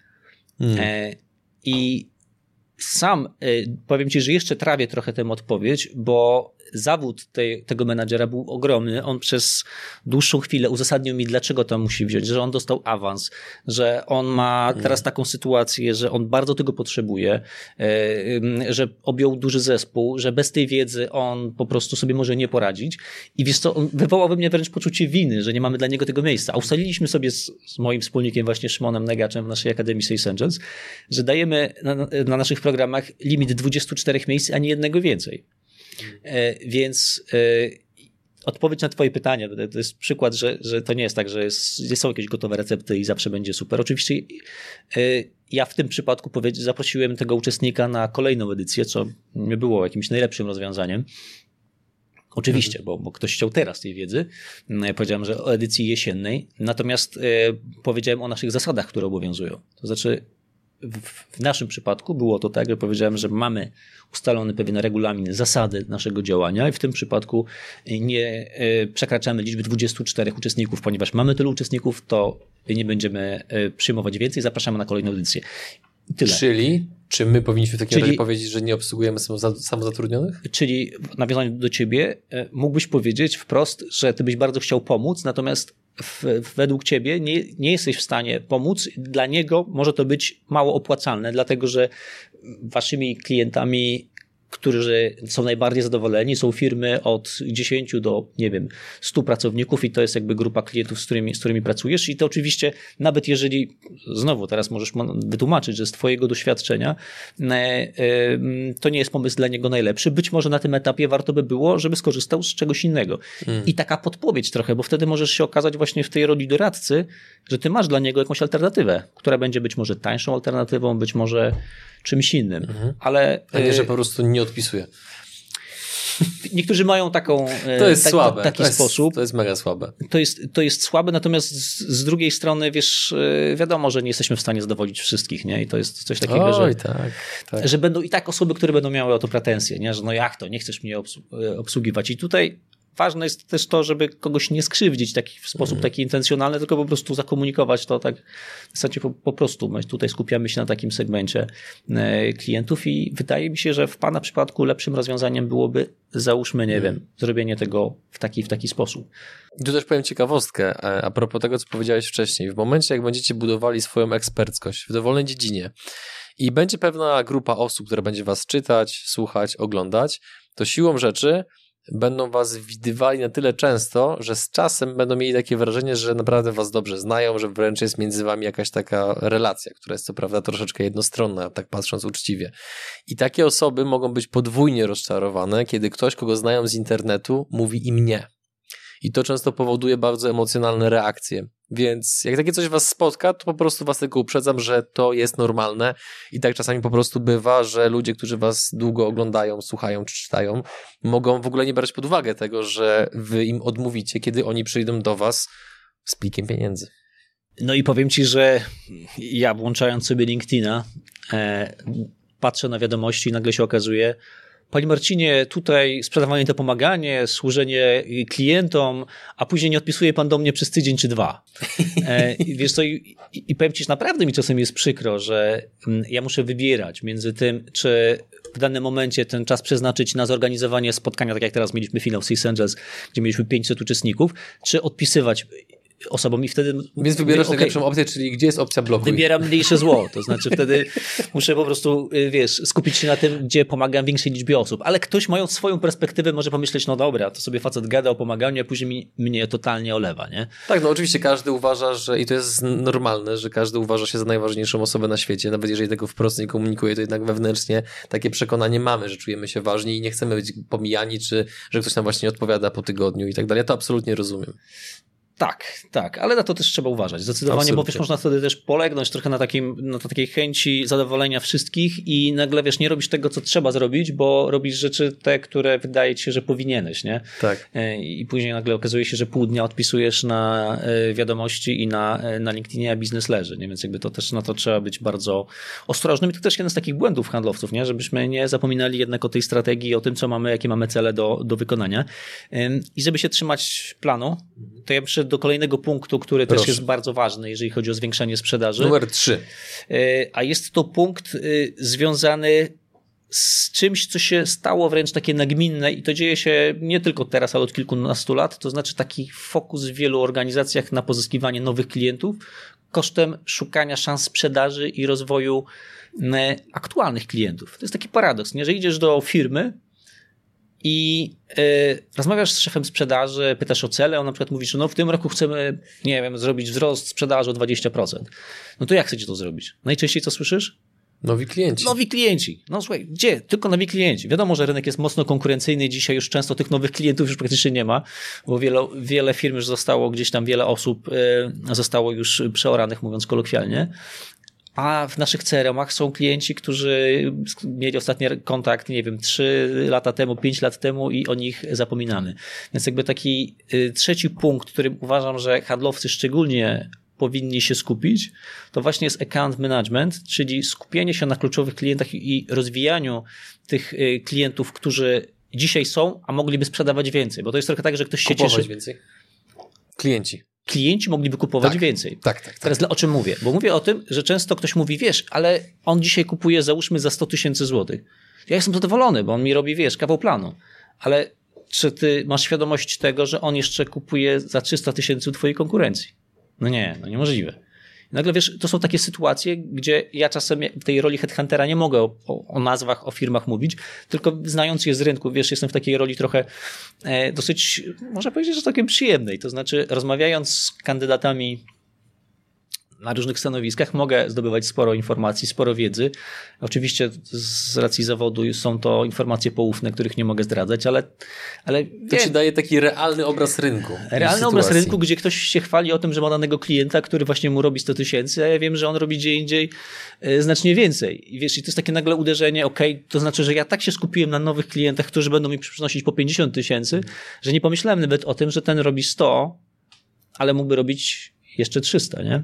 I sam powiem ci, że jeszcze trawię trochę tę odpowiedź, bo zawód tego menadżera był ogromny. On przez dłuższą chwilę uzasadnił mi, dlaczego to musi wziąć, że on dostał awans, że on ma teraz taką sytuację, że on bardzo tego potrzebuje, że objął duży zespół, że bez tej wiedzy on po prostu sobie może nie poradzić. I wiesz co, on wywołał we mnie wręcz poczucie winy, że nie mamy dla niego tego miejsca. A ustaliliśmy sobie z moim wspólnikiem właśnie Szymonem Negaczem w naszej Akademii Sales Angels, że dajemy na naszych programach limit 24 miejsc, a nie jednego więcej. Więc odpowiedź na twoje pytanie, to jest przykład, że to nie jest tak, że są jakieś gotowe recepty i zawsze będzie super. Oczywiście ja w tym przypadku zaprosiłem tego uczestnika na kolejną edycję, co nie było jakimś najlepszym rozwiązaniem. Oczywiście, bo ktoś chciał teraz tej wiedzy. Ja powiedziałem, że o edycji jesiennej. Natomiast powiedziałem o naszych zasadach, które obowiązują. To znaczy w naszym przypadku było to tak, że powiedziałem, że mamy ustalony pewien regulamin, zasady naszego działania i w tym przypadku nie przekraczamy liczby 24 uczestników, ponieważ mamy tylu uczestników, to nie będziemy przyjmować więcej, zapraszamy na kolejną edycję. Tyle. Czyli czy my powinniśmy w takim razie powiedzieć, że nie obsługujemy samozatrudnionych? Czyli w nawiązaniu do ciebie mógłbyś powiedzieć wprost, że ty byś bardzo chciał pomóc, natomiast według ciebie nie jesteś w stanie pomóc. Dla niego może to być mało opłacalne, dlatego że waszymi klientami, którzy są najbardziej zadowoleni, są firmy od 10 do, nie wiem, 100 pracowników i to jest jakby grupa klientów, z którymi pracujesz i to oczywiście, nawet jeżeli, znowu teraz możesz wytłumaczyć, że z twojego doświadczenia to nie jest pomysł dla niego najlepszy, być może na tym etapie warto by było, żeby skorzystał z czegoś innego. I taka podpowiedź trochę, bo wtedy możesz się okazać właśnie w tej roli doradcy, że ty masz dla niego jakąś alternatywę, która będzie być może tańszą alternatywą, być może czymś innym. Ale a nie, że po prostu nie odpisuje. Niektórzy mają taką to jest słabe. Taki sposób. To jest mega słabe. To jest słabe, natomiast z drugiej strony, wiesz, wiadomo, że nie jesteśmy w stanie zadowolić wszystkich, nie? I to jest coś takiego, że będą i tak osoby, które będą miały o to pretensje, nie? Że no jak to, nie chcesz mnie obsługiwać. I tutaj ważne jest też to, żeby kogoś nie skrzywdzić w sposób taki intencjonalny, tylko po prostu zakomunikować to tak w zasadzie po prostu. My tutaj skupiamy się na takim segmencie klientów i wydaje mi się, że w pana przypadku lepszym rozwiązaniem byłoby, załóżmy, nie wiem, zrobienie tego w taki sposób. Tu też powiem ciekawostkę a propos tego, co powiedziałeś wcześniej. W momencie, jak będziecie budowali swoją eksperckość w dowolnej dziedzinie i będzie pewna grupa osób, która będzie was czytać, słuchać, oglądać, to siłą rzeczy będą was widywali na tyle często, że z czasem będą mieli takie wrażenie, że naprawdę was dobrze znają, że wręcz jest między wami jakaś taka relacja, która jest co prawda troszeczkę jednostronna, tak patrząc uczciwie. I takie osoby mogą być podwójnie rozczarowane, kiedy ktoś, kogo znają z internetu, mówi im nie. I to często powoduje bardzo emocjonalne reakcje. Więc jak takie coś was spotka, to po prostu was tylko uprzedzam, że to jest normalne i tak czasami po prostu bywa, że ludzie, którzy was długo oglądają, słuchają czy czytają, mogą w ogóle nie brać pod uwagę tego, że wy im odmówicie, kiedy oni przyjdą do was z plikiem pieniędzy. No i powiem ci, że ja włączając sobie LinkedIna, patrzę na wiadomości i nagle się okazuje: Panie Marcinie, tutaj sprzedawanie to pomaganie, służenie klientom, a później nie odpisuje pan do mnie przez tydzień czy 2. Wiesz co, i powiem ci, że naprawdę mi czasem jest przykro, że ja muszę wybierać między tym, czy w danym momencie ten czas przeznaczyć na zorganizowanie spotkania, tak jak teraz mieliśmy finał w Six Angels, gdzie mieliśmy 500 uczestników, czy odpisywać osobom i wtedy... Więc wybierasz najlepszą opcję, czyli gdzie jest opcja blokuj? Wybieram mniejsze zło, to znaczy wtedy muszę po prostu, wiesz, skupić się na tym, gdzie pomagam większej liczbie osób, ale ktoś mając swoją perspektywę może pomyśleć, no dobra, to sobie facet gada o pomaganiu, a później mnie totalnie olewa, nie? Tak, no oczywiście każdy uważa, że i to jest normalne, że każdy uważa się za najważniejszą osobę na świecie, nawet jeżeli tego wprost nie komunikuje, to jednak wewnętrznie takie przekonanie mamy, że czujemy się ważni i nie chcemy być pomijani, czy że ktoś nam właśnie odpowiada po tygodniu i tak dalej. Ja to absolutnie rozumiem. Tak, ale na to też trzeba uważać. Zdecydowanie, absolutnie. Bo wiesz, można wtedy też polegnąć trochę na takiej chęci zadowolenia wszystkich i nagle, wiesz, nie robisz tego, co trzeba zrobić, bo robisz rzeczy te, które wydaje ci się, że powinieneś, nie? Tak. I później nagle okazuje się, że pół dnia odpisujesz na wiadomości i na LinkedInie, a biznes leży, nie? Więc jakby to też na to trzeba być bardzo ostrożnym. I to też jeden z takich błędów handlowców, nie? Żebyśmy nie zapominali jednak o tej strategii, o tym, co mamy, jakie mamy cele do wykonania. I żeby się trzymać planu, to ja myślę do kolejnego punktu, który też jest bardzo ważny, jeżeli chodzi o zwiększanie sprzedaży. Numer 3. A jest to punkt związany z czymś, co się stało wręcz takie nagminne i to dzieje się nie tylko teraz, ale od kilkunastu lat. To znaczy taki fokus w wielu organizacjach na pozyskiwanie nowych klientów kosztem szukania szans sprzedaży i rozwoju aktualnych klientów. To jest taki paradoks, nie? Że idziesz do firmy i rozmawiasz z szefem sprzedaży, pytasz o cele, on na przykład mówi, że no w tym roku chcemy, nie wiem, zrobić wzrost sprzedaży o 20%. No to jak chcecie to zrobić? Najczęściej co słyszysz? Nowi klienci. Nowi klienci. No słuchaj, gdzie? Tylko nowi klienci. Wiadomo, że rynek jest mocno konkurencyjny. Dzisiaj już często tych nowych klientów już praktycznie nie ma, bo wiele firm już zostało gdzieś tam, wiele osób zostało już przeoranych, mówiąc kolokwialnie. A w naszych CRM-ach są klienci, którzy mieli ostatni kontakt, nie wiem, 3 lata temu, 5 lat temu i o nich zapominamy. Więc jakby taki trzeci punkt, którym uważam, że handlowcy szczególnie powinni się skupić, to właśnie jest account management, czyli skupienie się na kluczowych klientach i rozwijaniu tych klientów, którzy dzisiaj są, a mogliby sprzedawać więcej. Bo to jest trochę tak, że ktoś się cieszy. Więcej? Klienci mogliby kupować więcej. Tak. Teraz o czym mówię? Bo mówię o tym, że często ktoś mówi, wiesz, ale on dzisiaj kupuje, załóżmy, za 100 000 złotych. Ja jestem zadowolony, bo on mi robi, wiesz, kawał planu. Ale czy ty masz świadomość tego, że on jeszcze kupuje za 300 000 u twojej konkurencji? No nie, no niemożliwe. Nagle wiesz, to są takie sytuacje, gdzie ja czasem w tej roli headhuntera nie mogę o nazwach, o firmach mówić, tylko znając je z rynku, wiesz, jestem w takiej roli trochę dosyć, można powiedzieć, że takiej przyjemnej. To znaczy, rozmawiając z kandydatami na różnych stanowiskach, mogę zdobywać sporo informacji, sporo wiedzy. Oczywiście z racji zawodu są to informacje poufne, których nie mogę zdradzać, ale to ci daje taki realny obraz rynku. Realny obraz rynku, gdzie ktoś się chwali o tym, że ma danego klienta, który właśnie mu robi 100 000, a ja wiem, że on robi gdzie indziej znacznie więcej. I wiesz, i to jest takie nagle uderzenie, to znaczy, że ja tak się skupiłem na nowych klientach, którzy będą mi przynosić po 50 000, że nie pomyślałem nawet o tym, że ten robi 100, ale mógłby robić jeszcze 300, nie?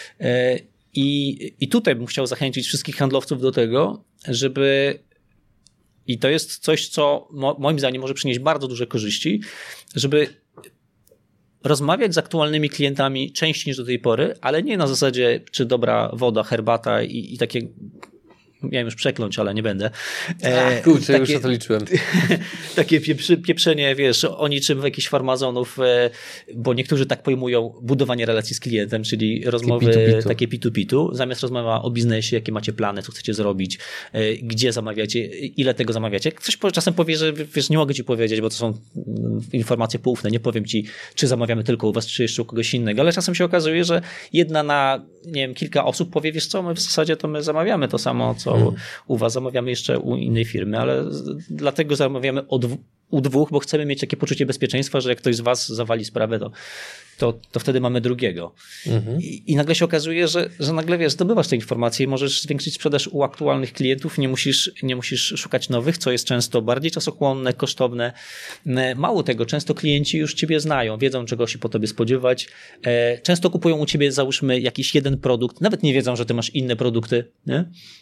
I tutaj bym chciał zachęcić wszystkich handlowców do tego, żeby, i to jest coś, co moim zdaniem może przynieść bardzo duże korzyści, żeby rozmawiać z aktualnymi klientami częściej niż do tej pory, ale nie na zasadzie, czy dobra woda, herbata i takie... Miałem już przekląć, ale nie będę. Kurczę, takie, już na to liczyłem. Takie pieprzenie, wiesz, o niczym w jakichś farmazonów, bo niektórzy tak pojmują budowanie relacji z klientem, czyli rozmowy takie pitu-pitu, zamiast rozmowa o biznesie, jakie macie plany, co chcecie zrobić, gdzie zamawiacie, ile tego zamawiacie. Ktoś czasem powie, że wiesz, nie mogę ci powiedzieć, bo to są informacje poufne, nie powiem ci, czy zamawiamy tylko u was, czy jeszcze u kogoś innego, ale czasem się okazuje, że jedna na, nie wiem, kilka osób powie, wiesz co, my w zasadzie to my zamawiamy to samo, co u was, zamawiamy jeszcze u innej firmy, ale dlatego zamawiamy u dwóch, bo chcemy mieć takie poczucie bezpieczeństwa, że jak ktoś z was zawali sprawę, to wtedy mamy drugiego. I nagle się okazuje, że nagle wiesz, zdobywasz te informacje i możesz zwiększyć sprzedaż u aktualnych klientów, nie musisz szukać nowych, co jest często bardziej czasochłonne, kosztowne. Mało tego, często klienci już ciebie znają, wiedzą, czego się po tobie spodziewać. Często kupują u ciebie, załóżmy, jakiś jeden produkt, nawet nie wiedzą, że ty masz inne produkty, nie?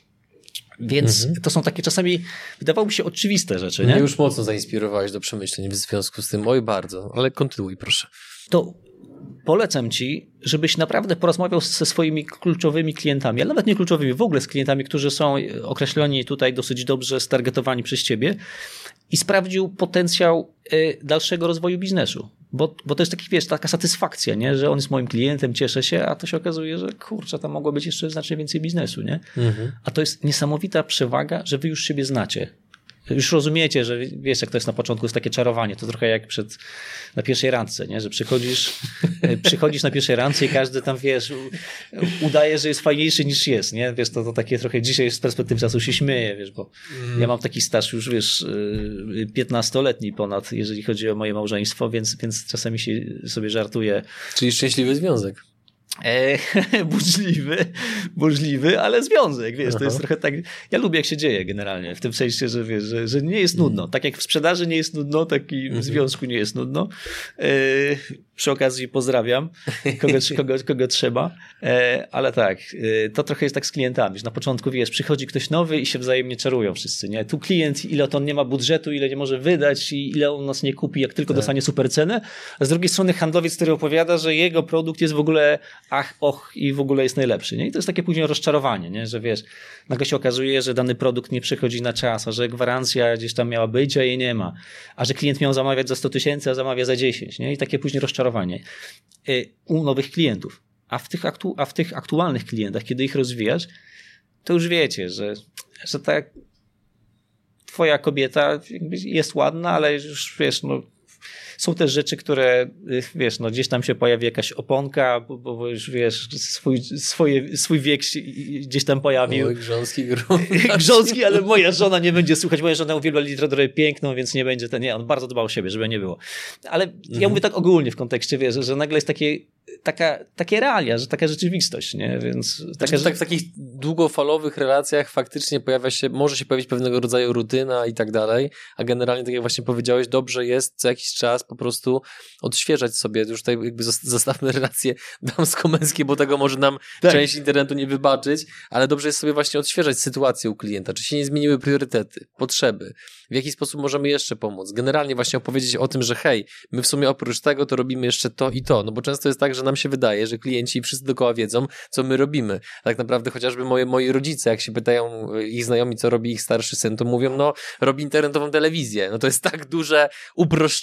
Więc to są takie czasami, wydawałoby się, oczywiste rzeczy. Nie? Mnie już mocno zainspirowałeś do przemyśleń w związku z tym. Oj, bardzo, ale kontynuuj, proszę. To polecam ci, żebyś naprawdę porozmawiał ze swoimi kluczowymi klientami, ale nawet nie kluczowymi, w ogóle z klientami, którzy są określeni tutaj dosyć dobrze, stargetowani przez ciebie i sprawdził potencjał dalszego rozwoju biznesu. Bo to jest taki, wiesz, taka satysfakcja, nie? Że on jest moim klientem, cieszę się, a to się okazuje, że kurczę, tam mogło być jeszcze znacznie więcej biznesu, nie? A to jest niesamowita przewaga, że wy już siebie znacie. Już rozumiecie, że wiesz, jak to jest na początku, jest takie czarowanie. To trochę jak na pierwszej randce, nie? Że przychodzisz na pierwszej randce i każdy tam, wiesz, udaje, że jest fajniejszy niż jest, nie? Wiesz, to takie trochę dzisiaj z perspektywy czasu się śmieję, wiesz, bo ja mam taki staż już, wiesz, 15-letni ponad, jeżeli chodzi o moje małżeństwo, więc czasami się sobie żartuję. Czyli szczęśliwy związek. Burzliwy, ale związek, wiesz, to jest trochę tak, ja lubię jak się dzieje generalnie, w tym sensie, że wiesz, że nie jest nudno, tak jak w sprzedaży nie jest nudno, tak i w związku nie jest nudno. Przy okazji pozdrawiam kogo trzeba, ale tak, to trochę jest tak z klientami, że na początku, wiesz, przychodzi ktoś nowy i się wzajemnie czarują wszyscy, nie? Tu klient, ile to on nie ma budżetu, ile nie może wydać i ile on nas nie kupi, jak tylko dostanie super cenę, a z drugiej strony handlowiec, który opowiada, że jego produkt jest w ogóle i w ogóle jest najlepszy, nie? I to jest takie później rozczarowanie, nie? Że wiesz, nagle się okazuje, że dany produkt nie przychodzi na czas, a że gwarancja gdzieś tam miała być, a jej nie ma, a że klient miał zamawiać za 100 000, a zamawia za 10, nie? I takie później rozczarowanie u nowych klientów. A w tych aktualnych klientach, kiedy ich rozwijasz, to już wiecie, że ta twoja kobieta jest ładna, ale już wiesz, no są też rzeczy, które, wiesz, no gdzieś tam się pojawi jakaś oponka, bo już wiesz, swój wiek gdzieś tam pojawił. Oj, grząski grunt. Grząski, ale moja żona nie będzie słuchać. Moja żona uwielbia literaturę piękną, więc nie będzie on bardzo dbał o siebie, żeby nie było. Ale ja mówię tak ogólnie w kontekście, wiesz, że nagle jest takie realia, że taka rzeczywistość, nie? Więc tak w takich długofalowych relacjach faktycznie może się pojawić pewnego rodzaju rutyna i tak dalej, a generalnie, tak jak właśnie powiedziałeś, dobrze jest co jakiś czas po prostu odświeżać sobie, już tutaj jakby zostawmy relacje damsko-męskie, bo tego może nam część internetu nie wybaczyć, ale dobrze jest sobie właśnie odświeżać sytuację u klienta, czy się nie zmieniły priorytety, potrzeby, w jaki sposób możemy jeszcze pomóc. Generalnie właśnie opowiedzieć o tym, że hej, my w sumie oprócz tego to robimy jeszcze to i to, no bo często jest tak, że nam się wydaje, że klienci i wszyscy dookoła wiedzą, co my robimy. Tak naprawdę chociażby moi rodzice, jak się pytają ich znajomi, co robi ich starszy syn, to mówią, no robi internetową telewizję. No to jest tak duże uproszczenie tego,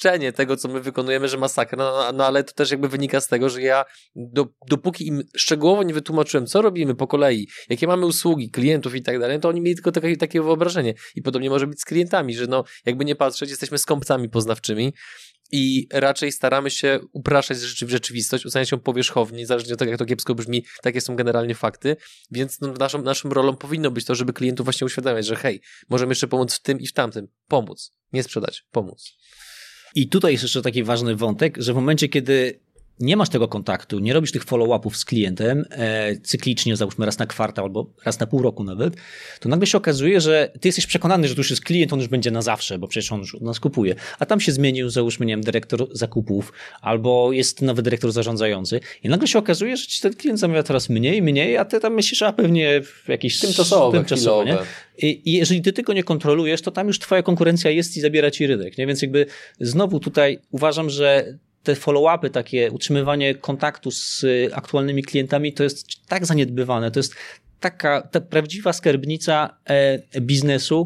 tego, co my wykonujemy, że masakra, no ale to też jakby wynika z tego, że ja dopóki im szczegółowo nie wytłumaczyłem, co robimy po kolei, jakie mamy usługi, klientów i tak dalej, to oni mieli tylko takie wyobrażenie. I podobnie może być z klientami, że no jakby nie patrzeć, jesteśmy skąpcami poznawczymi i raczej staramy się upraszczać rzeczywistość, oceniać ją powierzchownie, niezależnie od tego, jak to kiepsko brzmi, takie są generalnie fakty, więc no, naszą rolą powinno być to, żeby klientów właśnie uświadamiać, że hej, możemy jeszcze pomóc w tym i w tamtym. Pomóc. Nie sprzedać. Pomóc. I tutaj jest jeszcze taki ważny wątek, że w momencie, kiedy nie masz tego kontaktu, nie robisz tych follow-upów z klientem cyklicznie, załóżmy raz na kwartał albo raz na pół roku nawet, to nagle się okazuje, że ty jesteś przekonany, że to już jest klient, on już będzie na zawsze, bo przecież on już od nas kupuje. A tam się zmienił, załóżmy, nie wiem, dyrektor zakupów albo jest nowy dyrektor zarządzający i nagle się okazuje, że ci ten klient zamawia teraz mniej, a ty tam myślisz, a pewnie w jakieś tymczasowe, nie? I jeżeli ty tego nie kontrolujesz, to tam już twoja konkurencja jest i zabiera ci rynek, nie? Więc jakby znowu tutaj uważam, że te follow-upy, takie utrzymywanie kontaktu z aktualnymi klientami, to jest tak zaniedbywane, to jest ta prawdziwa skarbnica biznesu,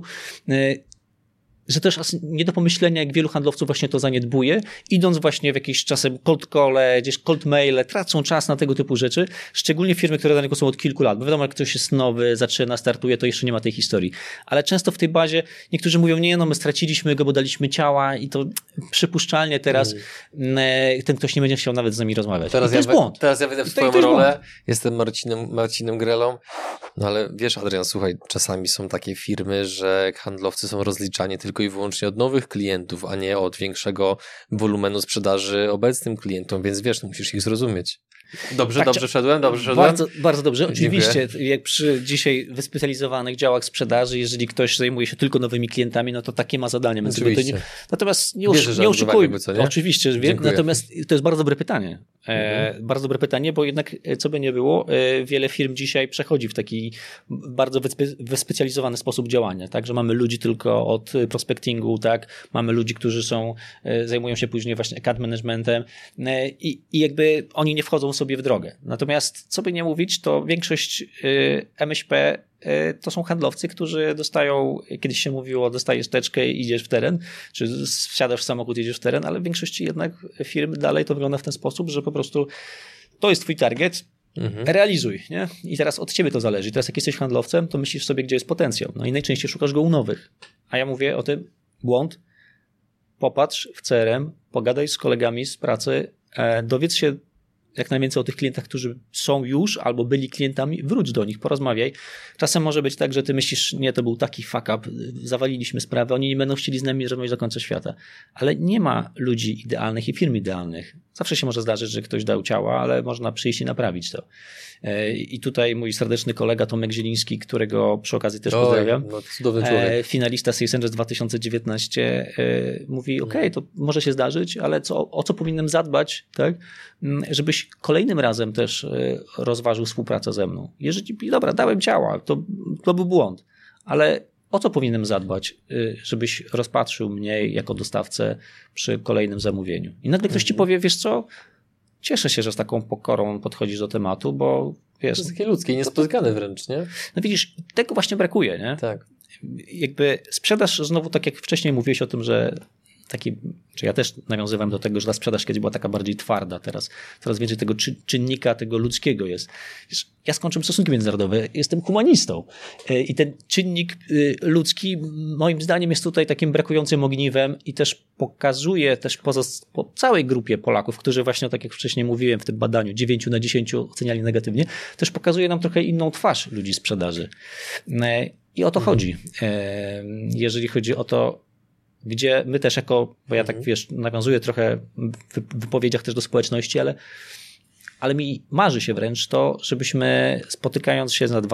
że też nie do pomyślenia, jak wielu handlowców właśnie to zaniedbuje, idąc właśnie w jakieś czasem cold call, gdzieś cold maile, tracą czas na tego typu rzeczy, szczególnie firmy, które na niego są od kilku lat, bo wiadomo, jak ktoś jest nowy, zaczyna, startuje, to jeszcze nie ma tej historii. Ale często w tej bazie niektórzy mówią, nie, no my straciliśmy go, bo daliśmy ciała i to przypuszczalnie teraz ten ktoś nie będzie chciał nawet z nami rozmawiać. To jest błąd. Teraz ja wejdę w twoją rolę, jestem Marcinem Grelą, no ale wiesz, Adrian, słuchaj, czasami są takie firmy, że handlowcy są rozliczani tylko i wyłącznie od nowych klientów, a nie od większego wolumenu sprzedaży obecnym klientom, więc wiesz, no musisz ich zrozumieć. Dobrze szedłem? Bardzo dobrze. Oczywiście, jak przy dzisiaj wyspecjalizowanych działach sprzedaży, jeżeli ktoś zajmuje się tylko nowymi klientami, no to takie ma zadanie. Natomiast nie oszukujmy. Oczywiście, wiem, natomiast to jest bardzo dobre pytanie. Bardzo dobre pytanie, bo jednak, co by nie było, wiele firm dzisiaj przechodzi w taki bardzo wyspecjalizowany sposób działania, tak, że mamy ludzi tylko od prospectingu, tak, mamy ludzi, którzy zajmują się później właśnie account managementem i jakby oni nie wchodzą sobie w drogę. Natomiast, co by nie mówić, to większość MŚP to są handlowcy, którzy dostają, kiedyś się mówiło, dostajesz teczkę i idziesz w teren, czy wsiadasz w samochód i idziesz w teren, ale w większości jednak firm dalej to wygląda w ten sposób, że po prostu to jest twój target, realizuj, nie? I teraz od ciebie to zależy. I teraz jak jesteś handlowcem, to myślisz sobie, gdzie jest potencjał. No i najczęściej szukasz go u nowych. A ja mówię o tym, błąd, popatrz w CRM, pogadaj z kolegami z pracy, dowiedz się jak najwięcej o tych klientach, którzy są już albo byli klientami, wróć do nich, porozmawiaj. Czasem może być tak, że ty myślisz, nie, to był taki fuck up, zawaliliśmy sprawę, oni nie będą chcieli z nami rozmawiać do końca świata. Ale nie ma ludzi idealnych i firm idealnych. Zawsze się może zdarzyć, że ktoś dał ciała, ale można przyjść i naprawić to. I tutaj mój serdeczny kolega Tomek Zieliński, którego przy okazji też pozdrawiam, cudowny człowiek. Finalista Sales Angels 2019, mówi, okej, to może się zdarzyć, ale o co powinienem zadbać, tak, żebyś kolejnym razem też rozważył współpracę ze mną. Jeżeli, dobra, dałem ciała, to był błąd, ale o co powinienem zadbać, żebyś rozpatrzył mnie jako dostawcę przy kolejnym zamówieniu. I nagle ktoś ci powie, wiesz co, cieszę się, że z taką pokorą podchodzisz do tematu, bo wiesz... To jest takie ludzkie, niespotykane wręcz, nie? No widzisz, tego właśnie brakuje, nie? Tak. Jakby sprzedaż znowu, tak jak wcześniej mówiłeś o tym, że ja też nawiązywałem do tego, że ta sprzedaż kiedyś była taka bardziej twarda, teraz coraz więcej tego czynnika, tego ludzkiego jest. Wiesz, ja skończyłem stosunki międzynarodowe, jestem humanistą i ten czynnik ludzki moim zdaniem jest tutaj takim brakującym ogniwem i też pokazuje też po całej grupie Polaków, którzy właśnie, tak jak wcześniej mówiłem w tym badaniu, 9 na 10 oceniali negatywnie, też pokazuje nam trochę inną twarz ludzi sprzedaży. I o to chodzi. Jeżeli chodzi o to, gdzie my też bo ja tak wiesz, nawiązuję trochę w wypowiedziach też do społeczności, ale mi marzy się wręcz to, żebyśmy spotykając się na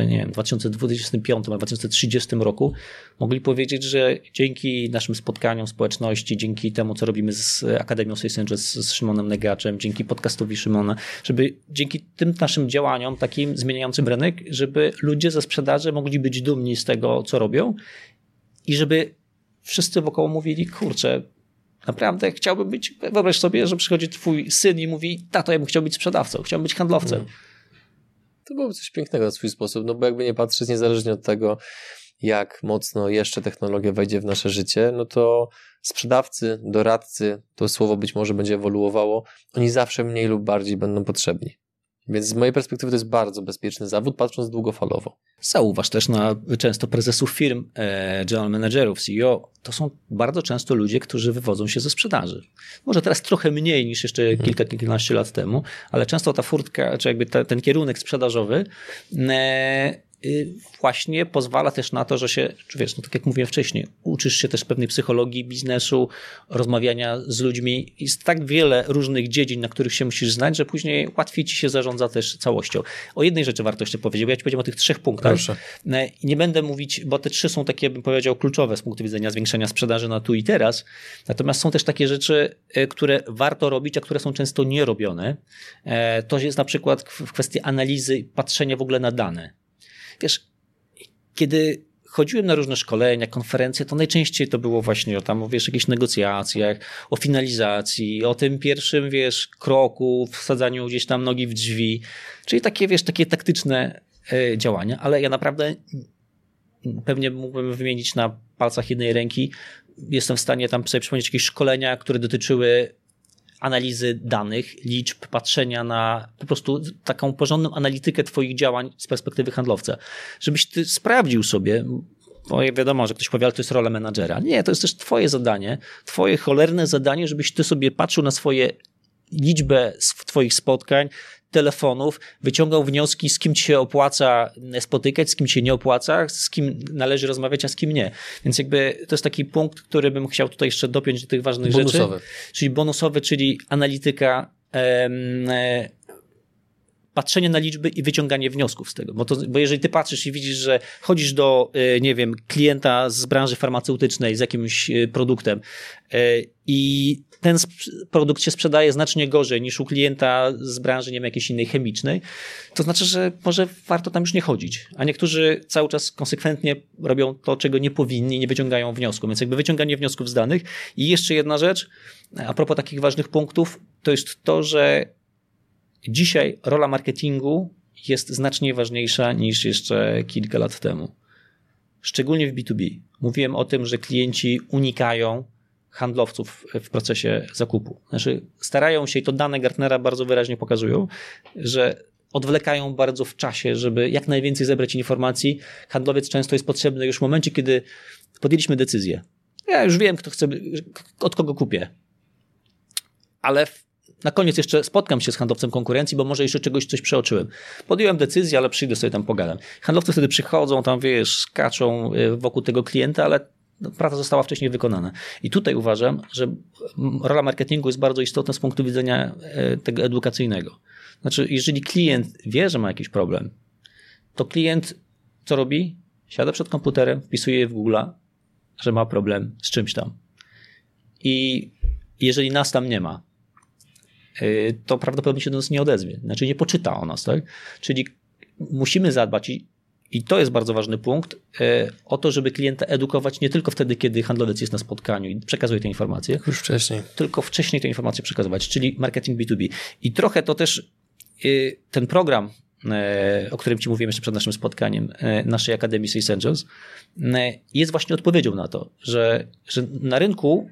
2025 albo 2030 roku mogli powiedzieć, że dzięki naszym spotkaniom społeczności, dzięki temu, co robimy z Akademią Sales Angels, z Szymonem Negaczem, dzięki podcastowi Szymona, żeby dzięki tym naszym działaniom takim zmieniającym rynek, żeby ludzie ze sprzedaży mogli być dumni z tego, co robią i żeby wszyscy wokoło mówili, kurczę, naprawdę chciałbym być, wyobraź sobie, że przychodzi twój syn i mówi, tato, ja bym chciał być sprzedawcą, chciałbym być handlowcem. To byłoby coś pięknego na swój sposób, no bo jakby nie patrzeć, niezależnie od tego, jak mocno jeszcze technologia wejdzie w nasze życie, no to sprzedawcy, doradcy, to słowo być może będzie ewoluowało, oni zawsze mniej lub bardziej będą potrzebni. Więc z mojej perspektywy to jest bardzo bezpieczny zawód, patrząc długofalowo. Zauważ też na często prezesów firm, general managerów, CEO, to są bardzo często ludzie, którzy wywodzą się ze sprzedaży. Może teraz trochę mniej niż jeszcze kilkanaście lat temu, ale często ta furtka, czy jakby ten kierunek sprzedażowy właśnie pozwala też na to, że się, wiesz, no tak jak mówiłem wcześniej, uczysz się też pewnej psychologii biznesu, rozmawiania z ludźmi. Jest tak wiele różnych dziedzin, na których się musisz znać, że później łatwiej ci się zarządza też całością. O jednej rzeczy warto jeszcze powiedzieć, bo ja ci powiedziałem o tych 3 punktach. Proszę. Nie będę mówić, bo te 3 są takie, bym powiedział, kluczowe z punktu widzenia zwiększenia sprzedaży na tu i teraz. Natomiast są też takie rzeczy, które warto robić, a które są często nierobione. To jest na przykład w kwestii analizy, patrzenia w ogóle na dane. Wiesz, kiedy chodziłem na różne szkolenia, konferencje, to najczęściej to było właśnie o tam, wiesz, jakichś negocjacjach, o finalizacji, o tym pierwszym, wiesz, kroku, wsadzaniu gdzieś tam nogi w drzwi, czyli takie, wiesz, takie taktyczne działania, ale ja naprawdę pewnie mógłbym wymienić na palcach jednej ręki, jestem w stanie tam sobie przypomnieć jakieś szkolenia, które dotyczyły analizy danych, liczb, patrzenia na po prostu taką porządną analitykę twoich działań z perspektywy handlowca. Żebyś ty sprawdził sobie, bo wiadomo, że ktoś powie, ale to jest rola menadżera. Nie, to jest też twoje zadanie, twoje cholerne zadanie, żebyś ty sobie patrzył na swoje liczbę twoich spotkań, telefonów, wyciągał wnioski, z kim ci się opłaca spotykać, z kim ci się nie opłaca, z kim należy rozmawiać, a z kim nie. Więc jakby to jest taki punkt, który bym chciał tutaj jeszcze dopiąć do tych ważnych bonusowy. rzeczy. Czyli bonusowy, czyli analityka, patrzenie na liczby i wyciąganie wniosków z tego. Bo jeżeli ty patrzysz i widzisz, że chodzisz do, nie wiem, klienta z branży farmaceutycznej z jakimś produktem i ten produkt się sprzedaje znacznie gorzej niż u klienta z branży, nie wiem, jakiejś innej chemicznej, to znaczy, że może warto tam już nie chodzić. A niektórzy cały czas konsekwentnie robią to, czego nie powinni, nie wyciągają wniosków. Więc jakby wyciąganie wniosków z danych. I jeszcze jedna rzecz, a propos takich ważnych punktów, to jest to, że dzisiaj rola marketingu jest znacznie ważniejsza niż jeszcze kilka lat temu. Szczególnie w B2B. Mówiłem o tym, że klienci unikają handlowców w procesie zakupu. Znaczy starają się, i to dane Gartnera bardzo wyraźnie pokazują, że odwlekają bardzo w czasie, żeby jak najwięcej zebrać informacji. Handlowiec często jest potrzebny już w momencie, kiedy podjęliśmy decyzję. Ja już wiem, kto chce, od kogo kupię. Ale na koniec jeszcze spotkam się z handlowcem konkurencji, bo może jeszcze coś przeoczyłem. Podjąłem decyzję, ale przyjdę sobie tam pogadam. Handlowcy wtedy przychodzą, tam wiesz, skaczą wokół tego klienta, ale praca została wcześniej wykonana. I tutaj uważam, że rola marketingu jest bardzo istotna z punktu widzenia tego edukacyjnego. Znaczy, jeżeli klient wie, że ma jakiś problem, to klient co robi? Siada przed komputerem, wpisuje w Google'a, że ma problem z czymś tam. I jeżeli nas tam nie ma, to prawdopodobnie się do nas nie odezwie. Znaczy nie poczyta o nas, tak? Czyli musimy zadbać i to jest bardzo ważny punkt, o to, żeby klienta edukować nie tylko wtedy, kiedy handlowiec jest na spotkaniu i przekazuje te informacje. Już wcześniej. Tylko wcześniej te informacje przekazywać, czyli marketing B2B. I trochę to też ten program, o którym ci mówiłem jeszcze przed naszym spotkaniem, naszej Akademii Sales Angels, jest właśnie odpowiedzią na to, że na rynku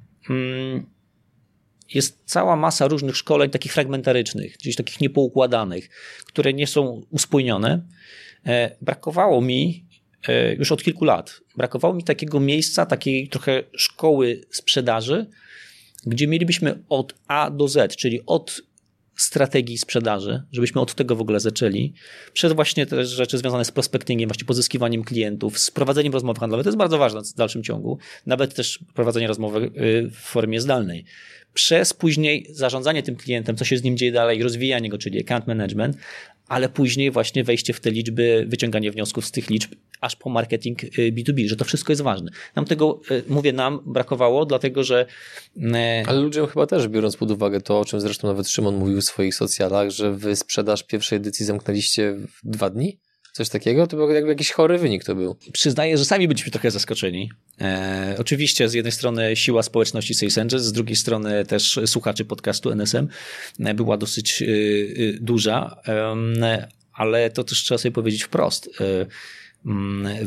jest cała masa różnych szkoleń takich fragmentarycznych, gdzieś takich niepoukładanych, które nie są uspójnione. Brakowało mi już od kilku lat, brakowało mi takiego miejsca, takiej trochę szkoły sprzedaży, gdzie mielibyśmy od A do Z, czyli od strategii sprzedaży, żebyśmy od tego w ogóle zaczęli, przez właśnie te rzeczy związane z prospectingiem, właśnie pozyskiwaniem klientów, z prowadzeniem rozmowy handlowej, to jest bardzo ważne w dalszym ciągu, nawet też prowadzenie rozmowy w formie zdalnej, przez później zarządzanie tym klientem, co się z nim dzieje dalej, rozwijanie go, czyli account management, ale później właśnie wejście w te liczby, wyciąganie wniosków z tych liczb, aż po marketing B2B, że to wszystko jest ważne. Nam tego, mówię, brakowało, dlatego że... Ale ludziom chyba też, biorąc pod uwagę to, o czym zresztą nawet Szymon mówił w swoich socjalach, że wy sprzedaż pierwszej edycji zamknęliście w 2 dni? Coś takiego? To był jakby jakiś chory wynik to był. Przyznaję, że sami byliśmy trochę zaskoczeni. Oczywiście z jednej strony siła społeczności Sales Angels, z drugiej strony też słuchaczy podcastu NSM była dosyć duża, ale to też trzeba sobie powiedzieć wprost. W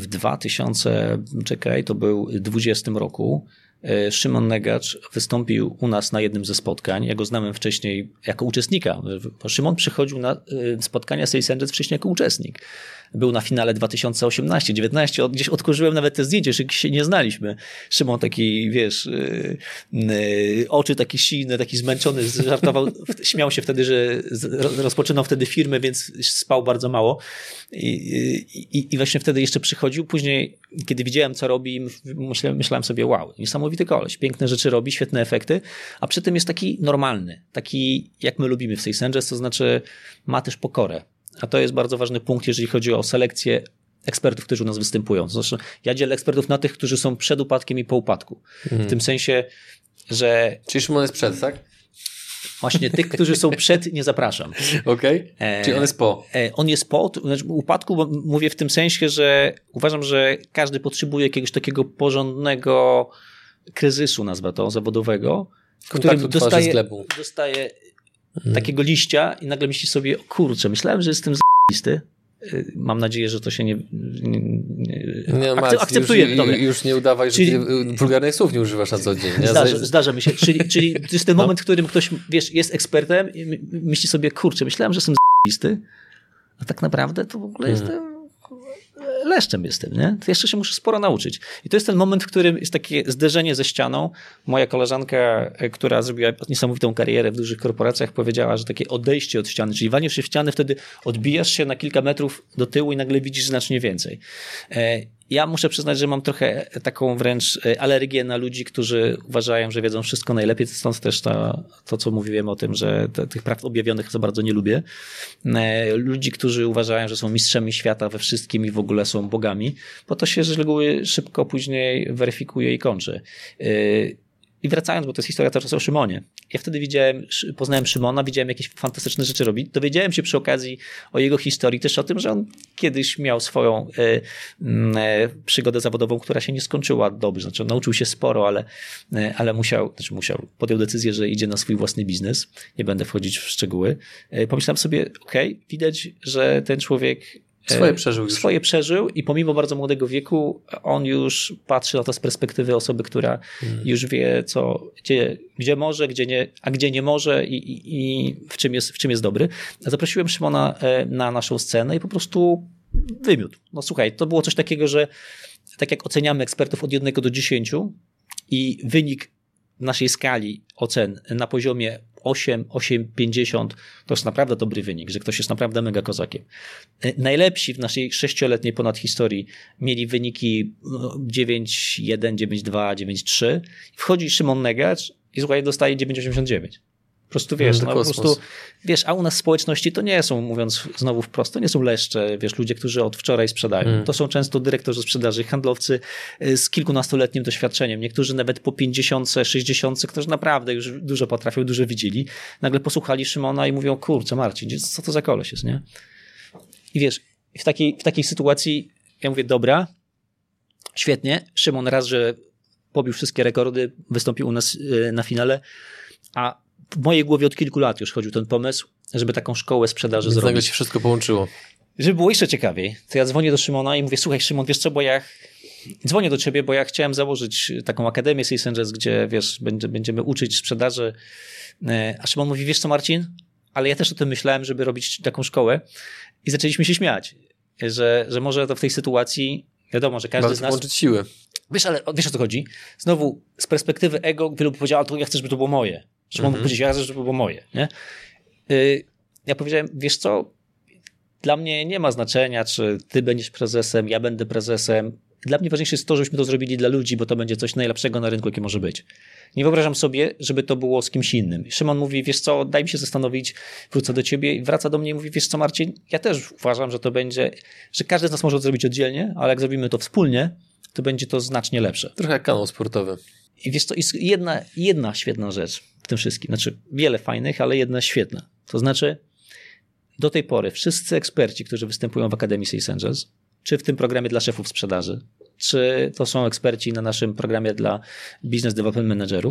2020 roku Szymon Negacz wystąpił u nas na jednym ze spotkań. Ja go znałem wcześniej jako uczestnika. Szymon przychodził na spotkania Sales Angels wcześniej jako uczestnik. Był na finale 2018-19. Gdzieś odkurzyłem nawet te zdjęcie, że się nie znaliśmy. Szymon taki, wiesz, oczy takie silne, taki zmęczony, żartował, śmiał się wtedy, że rozpoczynał wtedy firmę, więc spał bardzo mało. I właśnie wtedy jeszcze przychodził. Później, kiedy widziałem, co robi, myślałem sobie, wow, niesamowity koleś, piękne rzeczy robi, świetne efekty, a przy tym jest taki normalny, taki jak my lubimy w Sales Angels, to znaczy ma też pokorę. A to jest bardzo ważny punkt, jeżeli chodzi o selekcję ekspertów, którzy u nas występują. Zresztą ja dzielę ekspertów na tych, którzy są przed upadkiem i po upadku. W tym sensie, że... Czyli Szymon jest przed, tak? Właśnie tych, którzy są przed, nie zapraszam. Okej. Czyli on jest po. On jest po upadku, bo mówię w tym sensie, że uważam, że każdy potrzebuje jakiegoś takiego porządnego kryzysu, nazwę to, zawodowego, w którym dostaje takiego liścia i nagle myśli sobie, o kurczę, myślałem, że jestem z***listy. Mam nadzieję, że to się nie akceptuje. Już nie udawaj, że wulgarnych słów nie używasz na co dzień. Zdarza mi się. Czyli to jest ten moment, w którym ktoś, wiesz, jest ekspertem i myśli sobie, kurczę, myślałem, że jestem z***listy, a tak naprawdę to w ogóle jestem leszczem jestem, nie? To jeszcze się muszę sporo nauczyć. I to jest ten moment, w którym jest takie zderzenie ze ścianą. Moja koleżanka, która zrobiła niesamowitą karierę w dużych korporacjach, powiedziała, że takie odejście od ściany, czyli walniesz się w ścianę, wtedy odbijasz się na kilka metrów do tyłu i nagle widzisz znacznie więcej. Ja muszę przyznać, że mam trochę taką wręcz alergię na ludzi, którzy uważają, że wiedzą wszystko najlepiej. Stąd też to co mówiłem o tym, że tych prawd objawionych za bardzo nie lubię. Ludzi, którzy uważają, że są mistrzami świata we wszystkim i w ogóle są bogami, bo to się z reguły szybko później weryfikuje i kończy. I wracając, bo to jest historia cały czas o Szymonie. Ja wtedy poznałem Szymona, widziałem jakieś fantastyczne rzeczy robić. Dowiedziałem się przy okazji o jego historii, też o tym, że on kiedyś miał swoją przygodę zawodową, która się nie skończyła dobrze. Znaczy on nauczył się sporo, ale podjął decyzję, że idzie na swój własny biznes. Nie będę wchodzić w szczegóły. Pomyślałem sobie, widać, że ten człowiek Swoje przeżył i pomimo bardzo młodego wieku on już patrzy na to z perspektywy osoby, która już wie, gdzie może, gdzie nie może i w czym jest dobry. Zaprosiłem Szymona na naszą scenę i po prostu wymiótł. No słuchaj, to było coś takiego, że tak jak oceniamy ekspertów od 1 do 10 i wynik naszej skali ocen na poziomie 8,50 to jest naprawdę dobry wynik, że ktoś jest naprawdę mega kozakiem. Najlepsi w naszej 6-letniej ponad historii mieli wyniki 9,1, 9,2, 9,3. Wchodzi Szymon Negacz i słuchaj, dostaje 9,89. Po prostu wiesz, a u nas w społeczności to nie są, mówiąc znowu wprost, to nie są leszcze, wiesz, ludzie, którzy od wczoraj sprzedają. To są często dyrektorzy sprzedaży, handlowcy z kilkunastoletnim doświadczeniem. Niektórzy nawet po 50, 60, którzy naprawdę już dużo potrafią, dużo widzieli. Nagle posłuchali Szymona i mówią, kurczę Marcin, co to za koleś jest, nie? I wiesz, w takiej sytuacji ja mówię, dobra, świetnie, Szymon raz, że pobił wszystkie rekordy, wystąpił u nas na finale, a w mojej głowie od kilku lat już chodził ten pomysł, żeby taką szkołę sprzedaży zrobić. Nagle się wszystko połączyło. Żeby było jeszcze ciekawiej, to ja dzwonię do Szymona i mówię, słuchaj Szymon, wiesz co, dzwonię do ciebie, bo ja chciałem założyć taką akademię Sales Angels, gdzie wiesz, będziemy uczyć sprzedaży. A Szymon mówi, wiesz co Marcin, ale ja też o tym myślałem, żeby robić taką szkołę i zaczęliśmy się śmiać, że może to w tej sytuacji, wiadomo, że każdy z nas... Łączyć siły. Wiesz, ale wiesz o co chodzi? Znowu z perspektywy ego wielu by powiedział, to ja chcę, żeby to było moje. Szymon mógł powiedzieć, ja chcę, żeby to było moje. Nie? Ja powiedziałem, wiesz co, dla mnie nie ma znaczenia, czy ty będziesz prezesem, ja będę prezesem. Dla mnie ważniejsze jest to, żebyśmy to zrobili dla ludzi, bo to będzie coś najlepszego na rynku, jakie może być. Nie wyobrażam sobie, żeby to było z kimś innym. Szymon mówi, wiesz co, daj mi się zastanowić, wrócę do ciebie i wraca do mnie i mówi, wiesz co Marcin, ja też uważam, że to będzie, że każdy z nas może to zrobić oddzielnie, ale jak zrobimy to wspólnie, to będzie to znacznie lepsze. Trochę jak kanał sportowy. I wiesz co, jest jedna świetna rzecz w tym wszystkim. Znaczy wiele fajnych, ale jedna świetna. To znaczy do tej pory wszyscy eksperci, którzy występują w Akademii Sales Angels, czy w tym programie dla szefów sprzedaży, czy to są eksperci na naszym programie dla Business Development Managerów,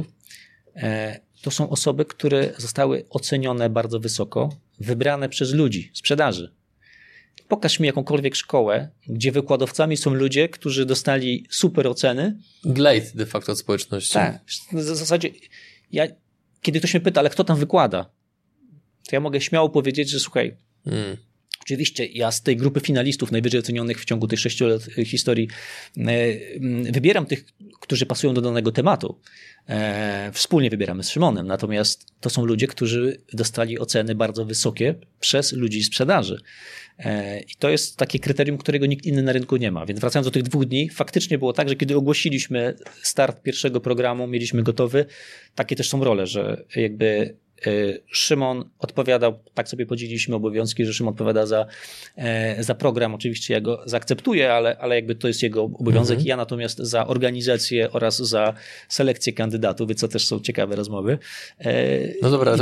to są osoby, które zostały ocenione bardzo wysoko, wybrane przez ludzi sprzedaży. pokaż mi jakąkolwiek szkołę, gdzie wykładowcami są ludzie, którzy dostali super oceny. Glade de facto od społeczności. Tak, w zasadzie kiedy ktoś mnie pyta, ale kto tam wykłada, to ja mogę śmiało powiedzieć, że słuchaj, oczywiście ja z tej grupy finalistów najwyżej ocenionych w ciągu tych 6 lat historii wybieram tych, którzy pasują do danego tematu. Wspólnie wybieramy z Szymonem, natomiast to są ludzie, którzy dostali oceny bardzo wysokie przez ludzi z sprzedaży. I to jest takie kryterium, którego nikt inny na rynku nie ma. Więc wracając do tych 2 dni, faktycznie było tak, że kiedy ogłosiliśmy start pierwszego programu, mieliśmy gotowy, takie też są role, że jakby Szymon odpowiadał, tak sobie podzieliliśmy obowiązki, że Szymon odpowiada za program, oczywiście ja go zaakceptuję, ale jakby to jest jego obowiązek. Ja natomiast za organizację oraz za selekcję kandydatów, co też są ciekawe rozmowy. No dobra,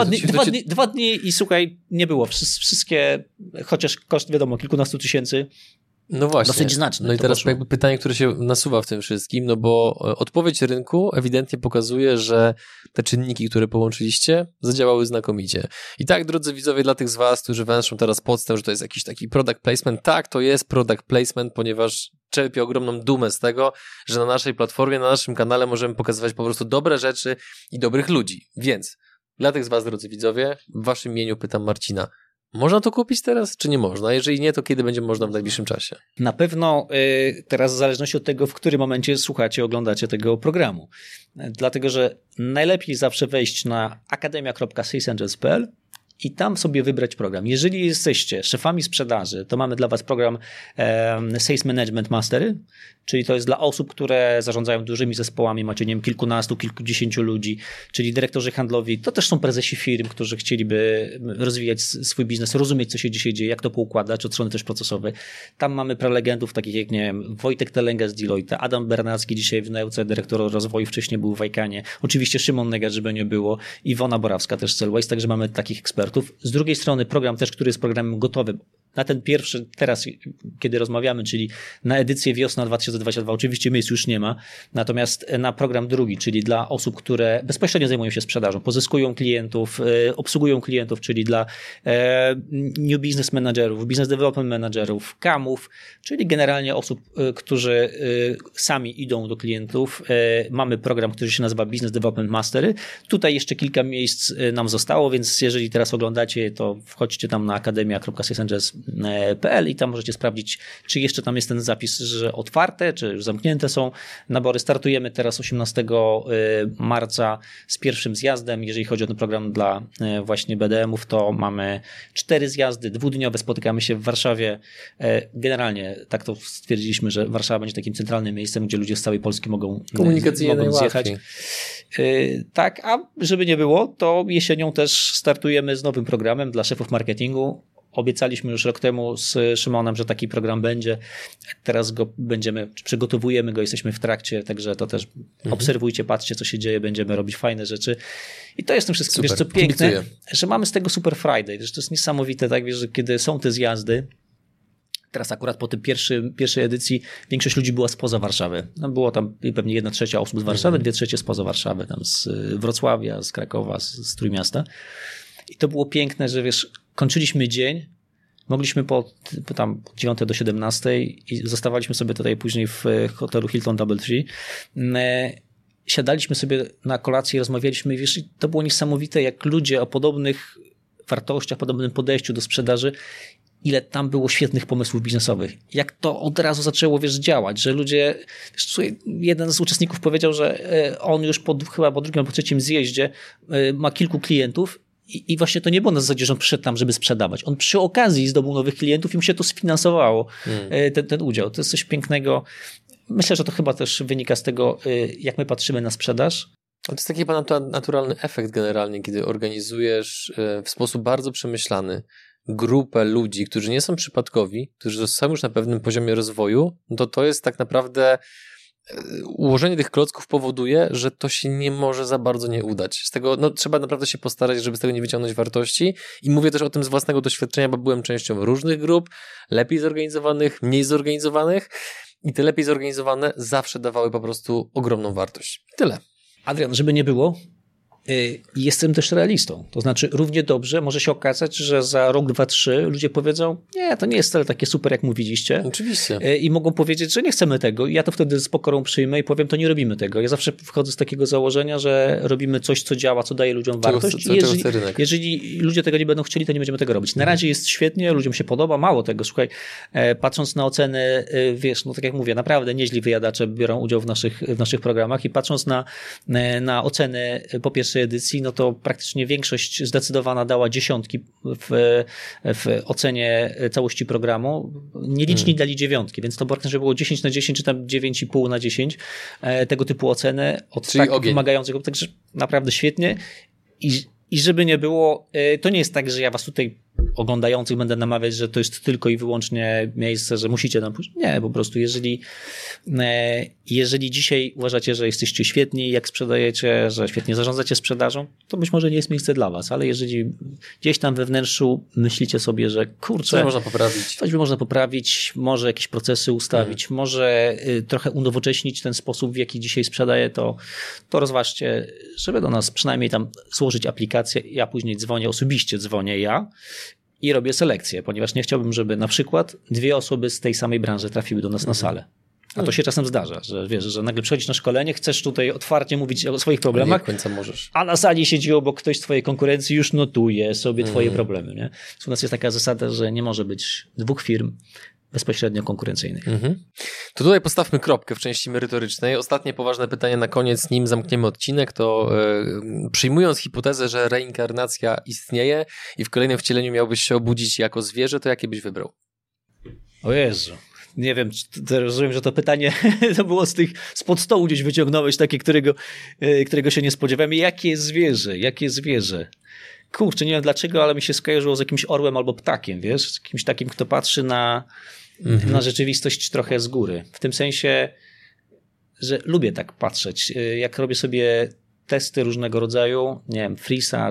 dwa dni i słuchaj, nie było. Wszystkie, chociaż koszt wiadomo, kilkunastu tysięcy, no właśnie. Dosyć znaczne. No i teraz jakby pytanie, które się nasuwa w tym wszystkim, no bo odpowiedź rynku ewidentnie pokazuje, że te czynniki, które połączyliście, zadziałały znakomicie. I tak, drodzy widzowie, dla tych z was, którzy węszą teraz podstęp, że to jest jakiś taki product placement, tak, to jest product placement, ponieważ czerpię ogromną dumę z tego, że na naszej platformie, na naszym kanale możemy pokazywać po prostu dobre rzeczy i dobrych ludzi. Więc dla tych z was, drodzy widzowie, w waszym imieniu pytam Marcina, można to kupić teraz, czy nie można? Jeżeli nie, to kiedy będzie można w najbliższym czasie? Na pewno teraz w zależności od tego, w którym momencie słuchacie, oglądacie tego programu. Dlatego, że najlepiej zawsze wejść na akademia.salesangels.pl i tam sobie wybrać program. Jeżeli jesteście szefami sprzedaży, to mamy dla was program Sales Management Mastery, czyli to jest dla osób, które zarządzają dużymi zespołami, macie, nie wiem, kilkunastu, kilkudziesięciu ludzi, czyli dyrektorzy handlowi, to też są prezesi firm, którzy chcieliby rozwijać swój biznes, rozumieć, co się dzisiaj dzieje, jak to poukładać, od strony też procesowej. Tam mamy prelegentów takich jak, nie wiem, Wojtek Telenga z Deloitte, Adam Bernacki dzisiaj w nauce, dyrektor rozwoju, wcześniej był w Wajkanie, oczywiście Szymon Nega, żeby nie było, Iwona Borawska też z Cellways, także mamy takich ekspertów. Z drugiej strony program też, który jest programem gotowym, na ten pierwszy, teraz kiedy rozmawiamy, czyli na edycję wiosna 2022, oczywiście miejsc już nie ma, natomiast na program drugi, czyli dla osób, które bezpośrednio zajmują się sprzedażą, pozyskują klientów, obsługują klientów, czyli dla new business managerów, business development managerów, kamów, czyli generalnie osób, którzy sami idą do klientów. Mamy program, który się nazywa Business Development Mastery. Tutaj jeszcze kilka miejsc nam zostało, więc jeżeli teraz oglądacie, to wchodźcie tam na akademia.salesangels.pl i tam możecie sprawdzić, czy jeszcze tam jest ten zapis, że otwarte, czy już zamknięte są nabory. Startujemy teraz 18 marca z pierwszym zjazdem. Jeżeli chodzi o ten program dla właśnie BDM-ów, to mamy 4 zjazdy, 2-dniowe, spotykamy się w Warszawie. Generalnie tak to stwierdziliśmy, że Warszawa będzie takim centralnym miejscem, gdzie ludzie z całej Polski mogą zjechać. Tak, a żeby nie było, to jesienią też startujemy z nowym programem dla szefów marketingu. Obiecaliśmy już rok temu z Szymonem, że taki program będzie. Teraz go przygotowujemy go, jesteśmy w trakcie, także to też obserwujcie, patrzcie, co się dzieje, będziemy robić fajne rzeczy. I to jest tym wszystkim, wiesz, co piękne, że mamy z tego Super Friday, wiesz, to jest niesamowite, tak, wiesz, że kiedy są te zjazdy, teraz akurat po tym pierwszej edycji większość ludzi była spoza Warszawy. No było tam pewnie 1/3 osób z Warszawy, 2/3 spoza Warszawy, tam z Wrocławia, z Krakowa, z Trójmiasta. I to było piękne, że wiesz, kończyliśmy dzień, mogliśmy po 9 do 17 i zostawaliśmy sobie tutaj później w hotelu Hilton Doubletree. Siadaliśmy sobie na kolację i rozmawialiśmy i wiesz, to było niesamowite, jak ludzie o podobnych wartościach, podobnym podejściu do sprzedaży, ile tam było świetnych pomysłów biznesowych. Jak to od razu zaczęło, wiesz, działać, że ludzie, wiesz, jeden z uczestników powiedział, że on już chyba po drugim albo trzecim zjeździe ma kilku klientów i właśnie to nie było na zasadzie, że on przyszedł tam, żeby sprzedawać. On przy okazji zdobył nowych klientów i mu się to sfinansowało, ten udział. To jest coś pięknego. Myślę, że to chyba też wynika z tego, jak my patrzymy na sprzedaż. To jest taki chyba naturalny efekt generalnie, kiedy organizujesz w sposób bardzo przemyślany grupę ludzi, którzy nie są przypadkowi, którzy są już na pewnym poziomie rozwoju, to jest tak naprawdę ułożenie tych klocków powoduje, że to się nie może za bardzo nie udać. Z tego trzeba naprawdę się postarać, żeby z tego nie wyciągnąć wartości i mówię też o tym z własnego doświadczenia, bo byłem częścią różnych grup, lepiej zorganizowanych, mniej zorganizowanych i te lepiej zorganizowane zawsze dawały po prostu ogromną wartość. Tyle. Adrian, żeby nie było, jestem też realistą. To znaczy równie dobrze może się okazać, że za rok, 2, 3 ludzie powiedzą, nie, to nie jest wcale takie super, jak mówiliście. Oczywiście. I mogą powiedzieć, że nie chcemy tego. I ja to wtedy z pokorą przyjmę i powiem, to nie robimy tego. Ja zawsze wchodzę z takiego założenia, że robimy coś, co działa, co daje ludziom wartość. Jeżeli ludzie tego nie będą chcieli, to nie będziemy tego robić. Na razie jest świetnie, ludziom się podoba, mało tego. Słuchaj, patrząc na oceny, wiesz, no tak jak mówię, naprawdę nieźli wyjadacze biorą udział w naszych programach i patrząc na oceny po pierwszej edycji, no to praktycznie większość zdecydowana dała 10 w ocenie całości programu. Nieliczni dali 9, więc to praktycznie było 10 na 10, czy tam 9,5 na 10 tego typu oceny od czyli tak wymagających. Także naprawdę świetnie. I żeby nie było, to nie jest tak, że ja was tutaj oglądających będę namawiać, że to jest tylko i wyłącznie miejsce, że musicie nam pójść. Nie, po prostu jeżeli dzisiaj uważacie, że jesteście świetni, jak sprzedajecie, że świetnie zarządzacie sprzedażą, to być może nie jest miejsce dla was, ale jeżeli gdzieś tam we wnętrzu myślicie sobie, że kurczę, coś by można poprawić, może jakieś procesy ustawić, może trochę unowocześnić ten sposób, w jaki dzisiaj sprzedaję, to rozważcie, żeby do nas przynajmniej tam złożyć aplikację. Ja później osobiście dzwonię i robię selekcję, ponieważ nie chciałbym, żeby na przykład 2 osoby z tej samej branży trafiły do nas na salę. A to się czasem zdarza, że wiesz, że nagle przychodzisz na szkolenie, chcesz tutaj otwarcie mówić o swoich problemach, nie do końca możesz. A na sali siedzi obok ktoś z twojej konkurencji, już notuje sobie twoje problemy. Nie? U nas jest taka zasada, że nie może być 2 firm bezpośrednio konkurencyjnych. To tutaj postawmy kropkę w części merytorycznej. Ostatnie poważne pytanie na koniec, nim zamkniemy odcinek, to przyjmując hipotezę, że reinkarnacja istnieje i w kolejnym wcieleniu miałbyś się obudzić jako zwierzę, to jakie byś wybrał? O Jezu. Nie wiem, rozumiem, że to pytanie to było spod stołu gdzieś wyciągnąłeś, takie, którego się nie spodziewałem. Jakie zwierzę? Kurczę, nie wiem dlaczego, ale mi się skojarzyło z jakimś orłem albo ptakiem, wiesz? Z kimś takim, kto patrzy na rzeczywistość trochę z góry. W tym sensie, że lubię tak patrzeć. Jak robię sobie testy różnego rodzaju, nie wiem, Freesa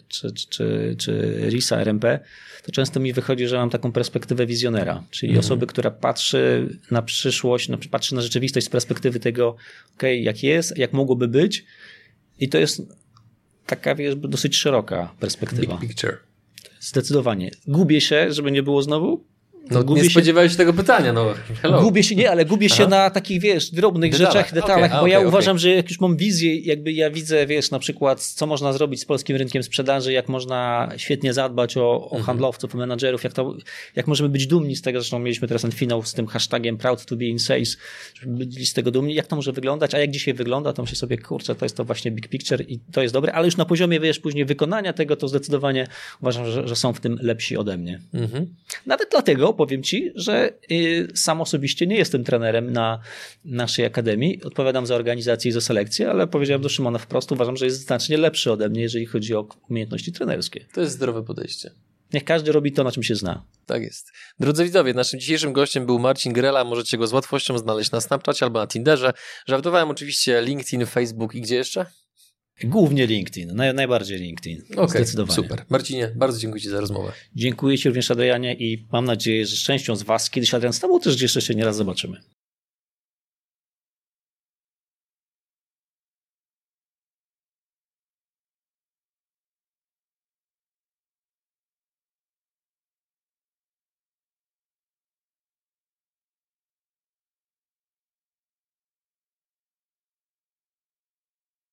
czy Risa RMP, to często mi wychodzi, że mam taką perspektywę wizjonera, czyli osoby, która patrzy na przyszłość, patrzy na rzeczywistość z perspektywy tego, jak jest, jak mogłoby być, i to jest taka, wiesz, dosyć szeroka perspektywa. Big picture. Zdecydowanie. Gubię się, żeby nie było znowu. Nie spodziewałeś się tego pytania, no. Hello. Gubię się na takich, wiesz, drobnych detalach, bo ja uważam, że jak już mam wizję, jakby ja widzę, wiesz, na przykład, co można zrobić z polskim rynkiem sprzedaży, jak można świetnie zadbać o handlowców, o menadżerów, jak możemy być dumni z tego, zresztą mieliśmy teraz ten finał z tym hashtagiem proud to be in sales, żeby byli z tego dumni, jak to może wyglądać, a jak dzisiaj wygląda, to myślę sobie, kurczę, to jest to właśnie big picture i to jest dobre, ale już na poziomie, wiesz, później wykonania tego, to zdecydowanie uważam, że są w tym lepsi ode mnie. Nawet dlatego powiem ci, że sam osobiście nie jestem trenerem na naszej akademii. Odpowiadam za organizację i za selekcję, ale powiedziałem do Szymona wprost, uważam, że jest znacznie lepszy ode mnie, jeżeli chodzi o umiejętności trenerskie. To jest zdrowe podejście. Niech każdy robi to, na czym się zna. Tak jest. Drodzy widzowie, naszym dzisiejszym gościem był Marcin Grela. Możecie go z łatwością znaleźć na Snapchacie albo na Tinderze. Żartowałem oczywiście LinkedIn, Facebook i gdzie jeszcze? Głównie LinkedIn, najbardziej LinkedIn. Zdecydowanie. Super. Marcinie, bardzo dziękuję ci za rozmowę. Dziękuję ci również, Adrianie, i mam nadzieję, że z częścią z was kiedyś, Adrian, z tobą też jeszcze się nieraz zobaczymy.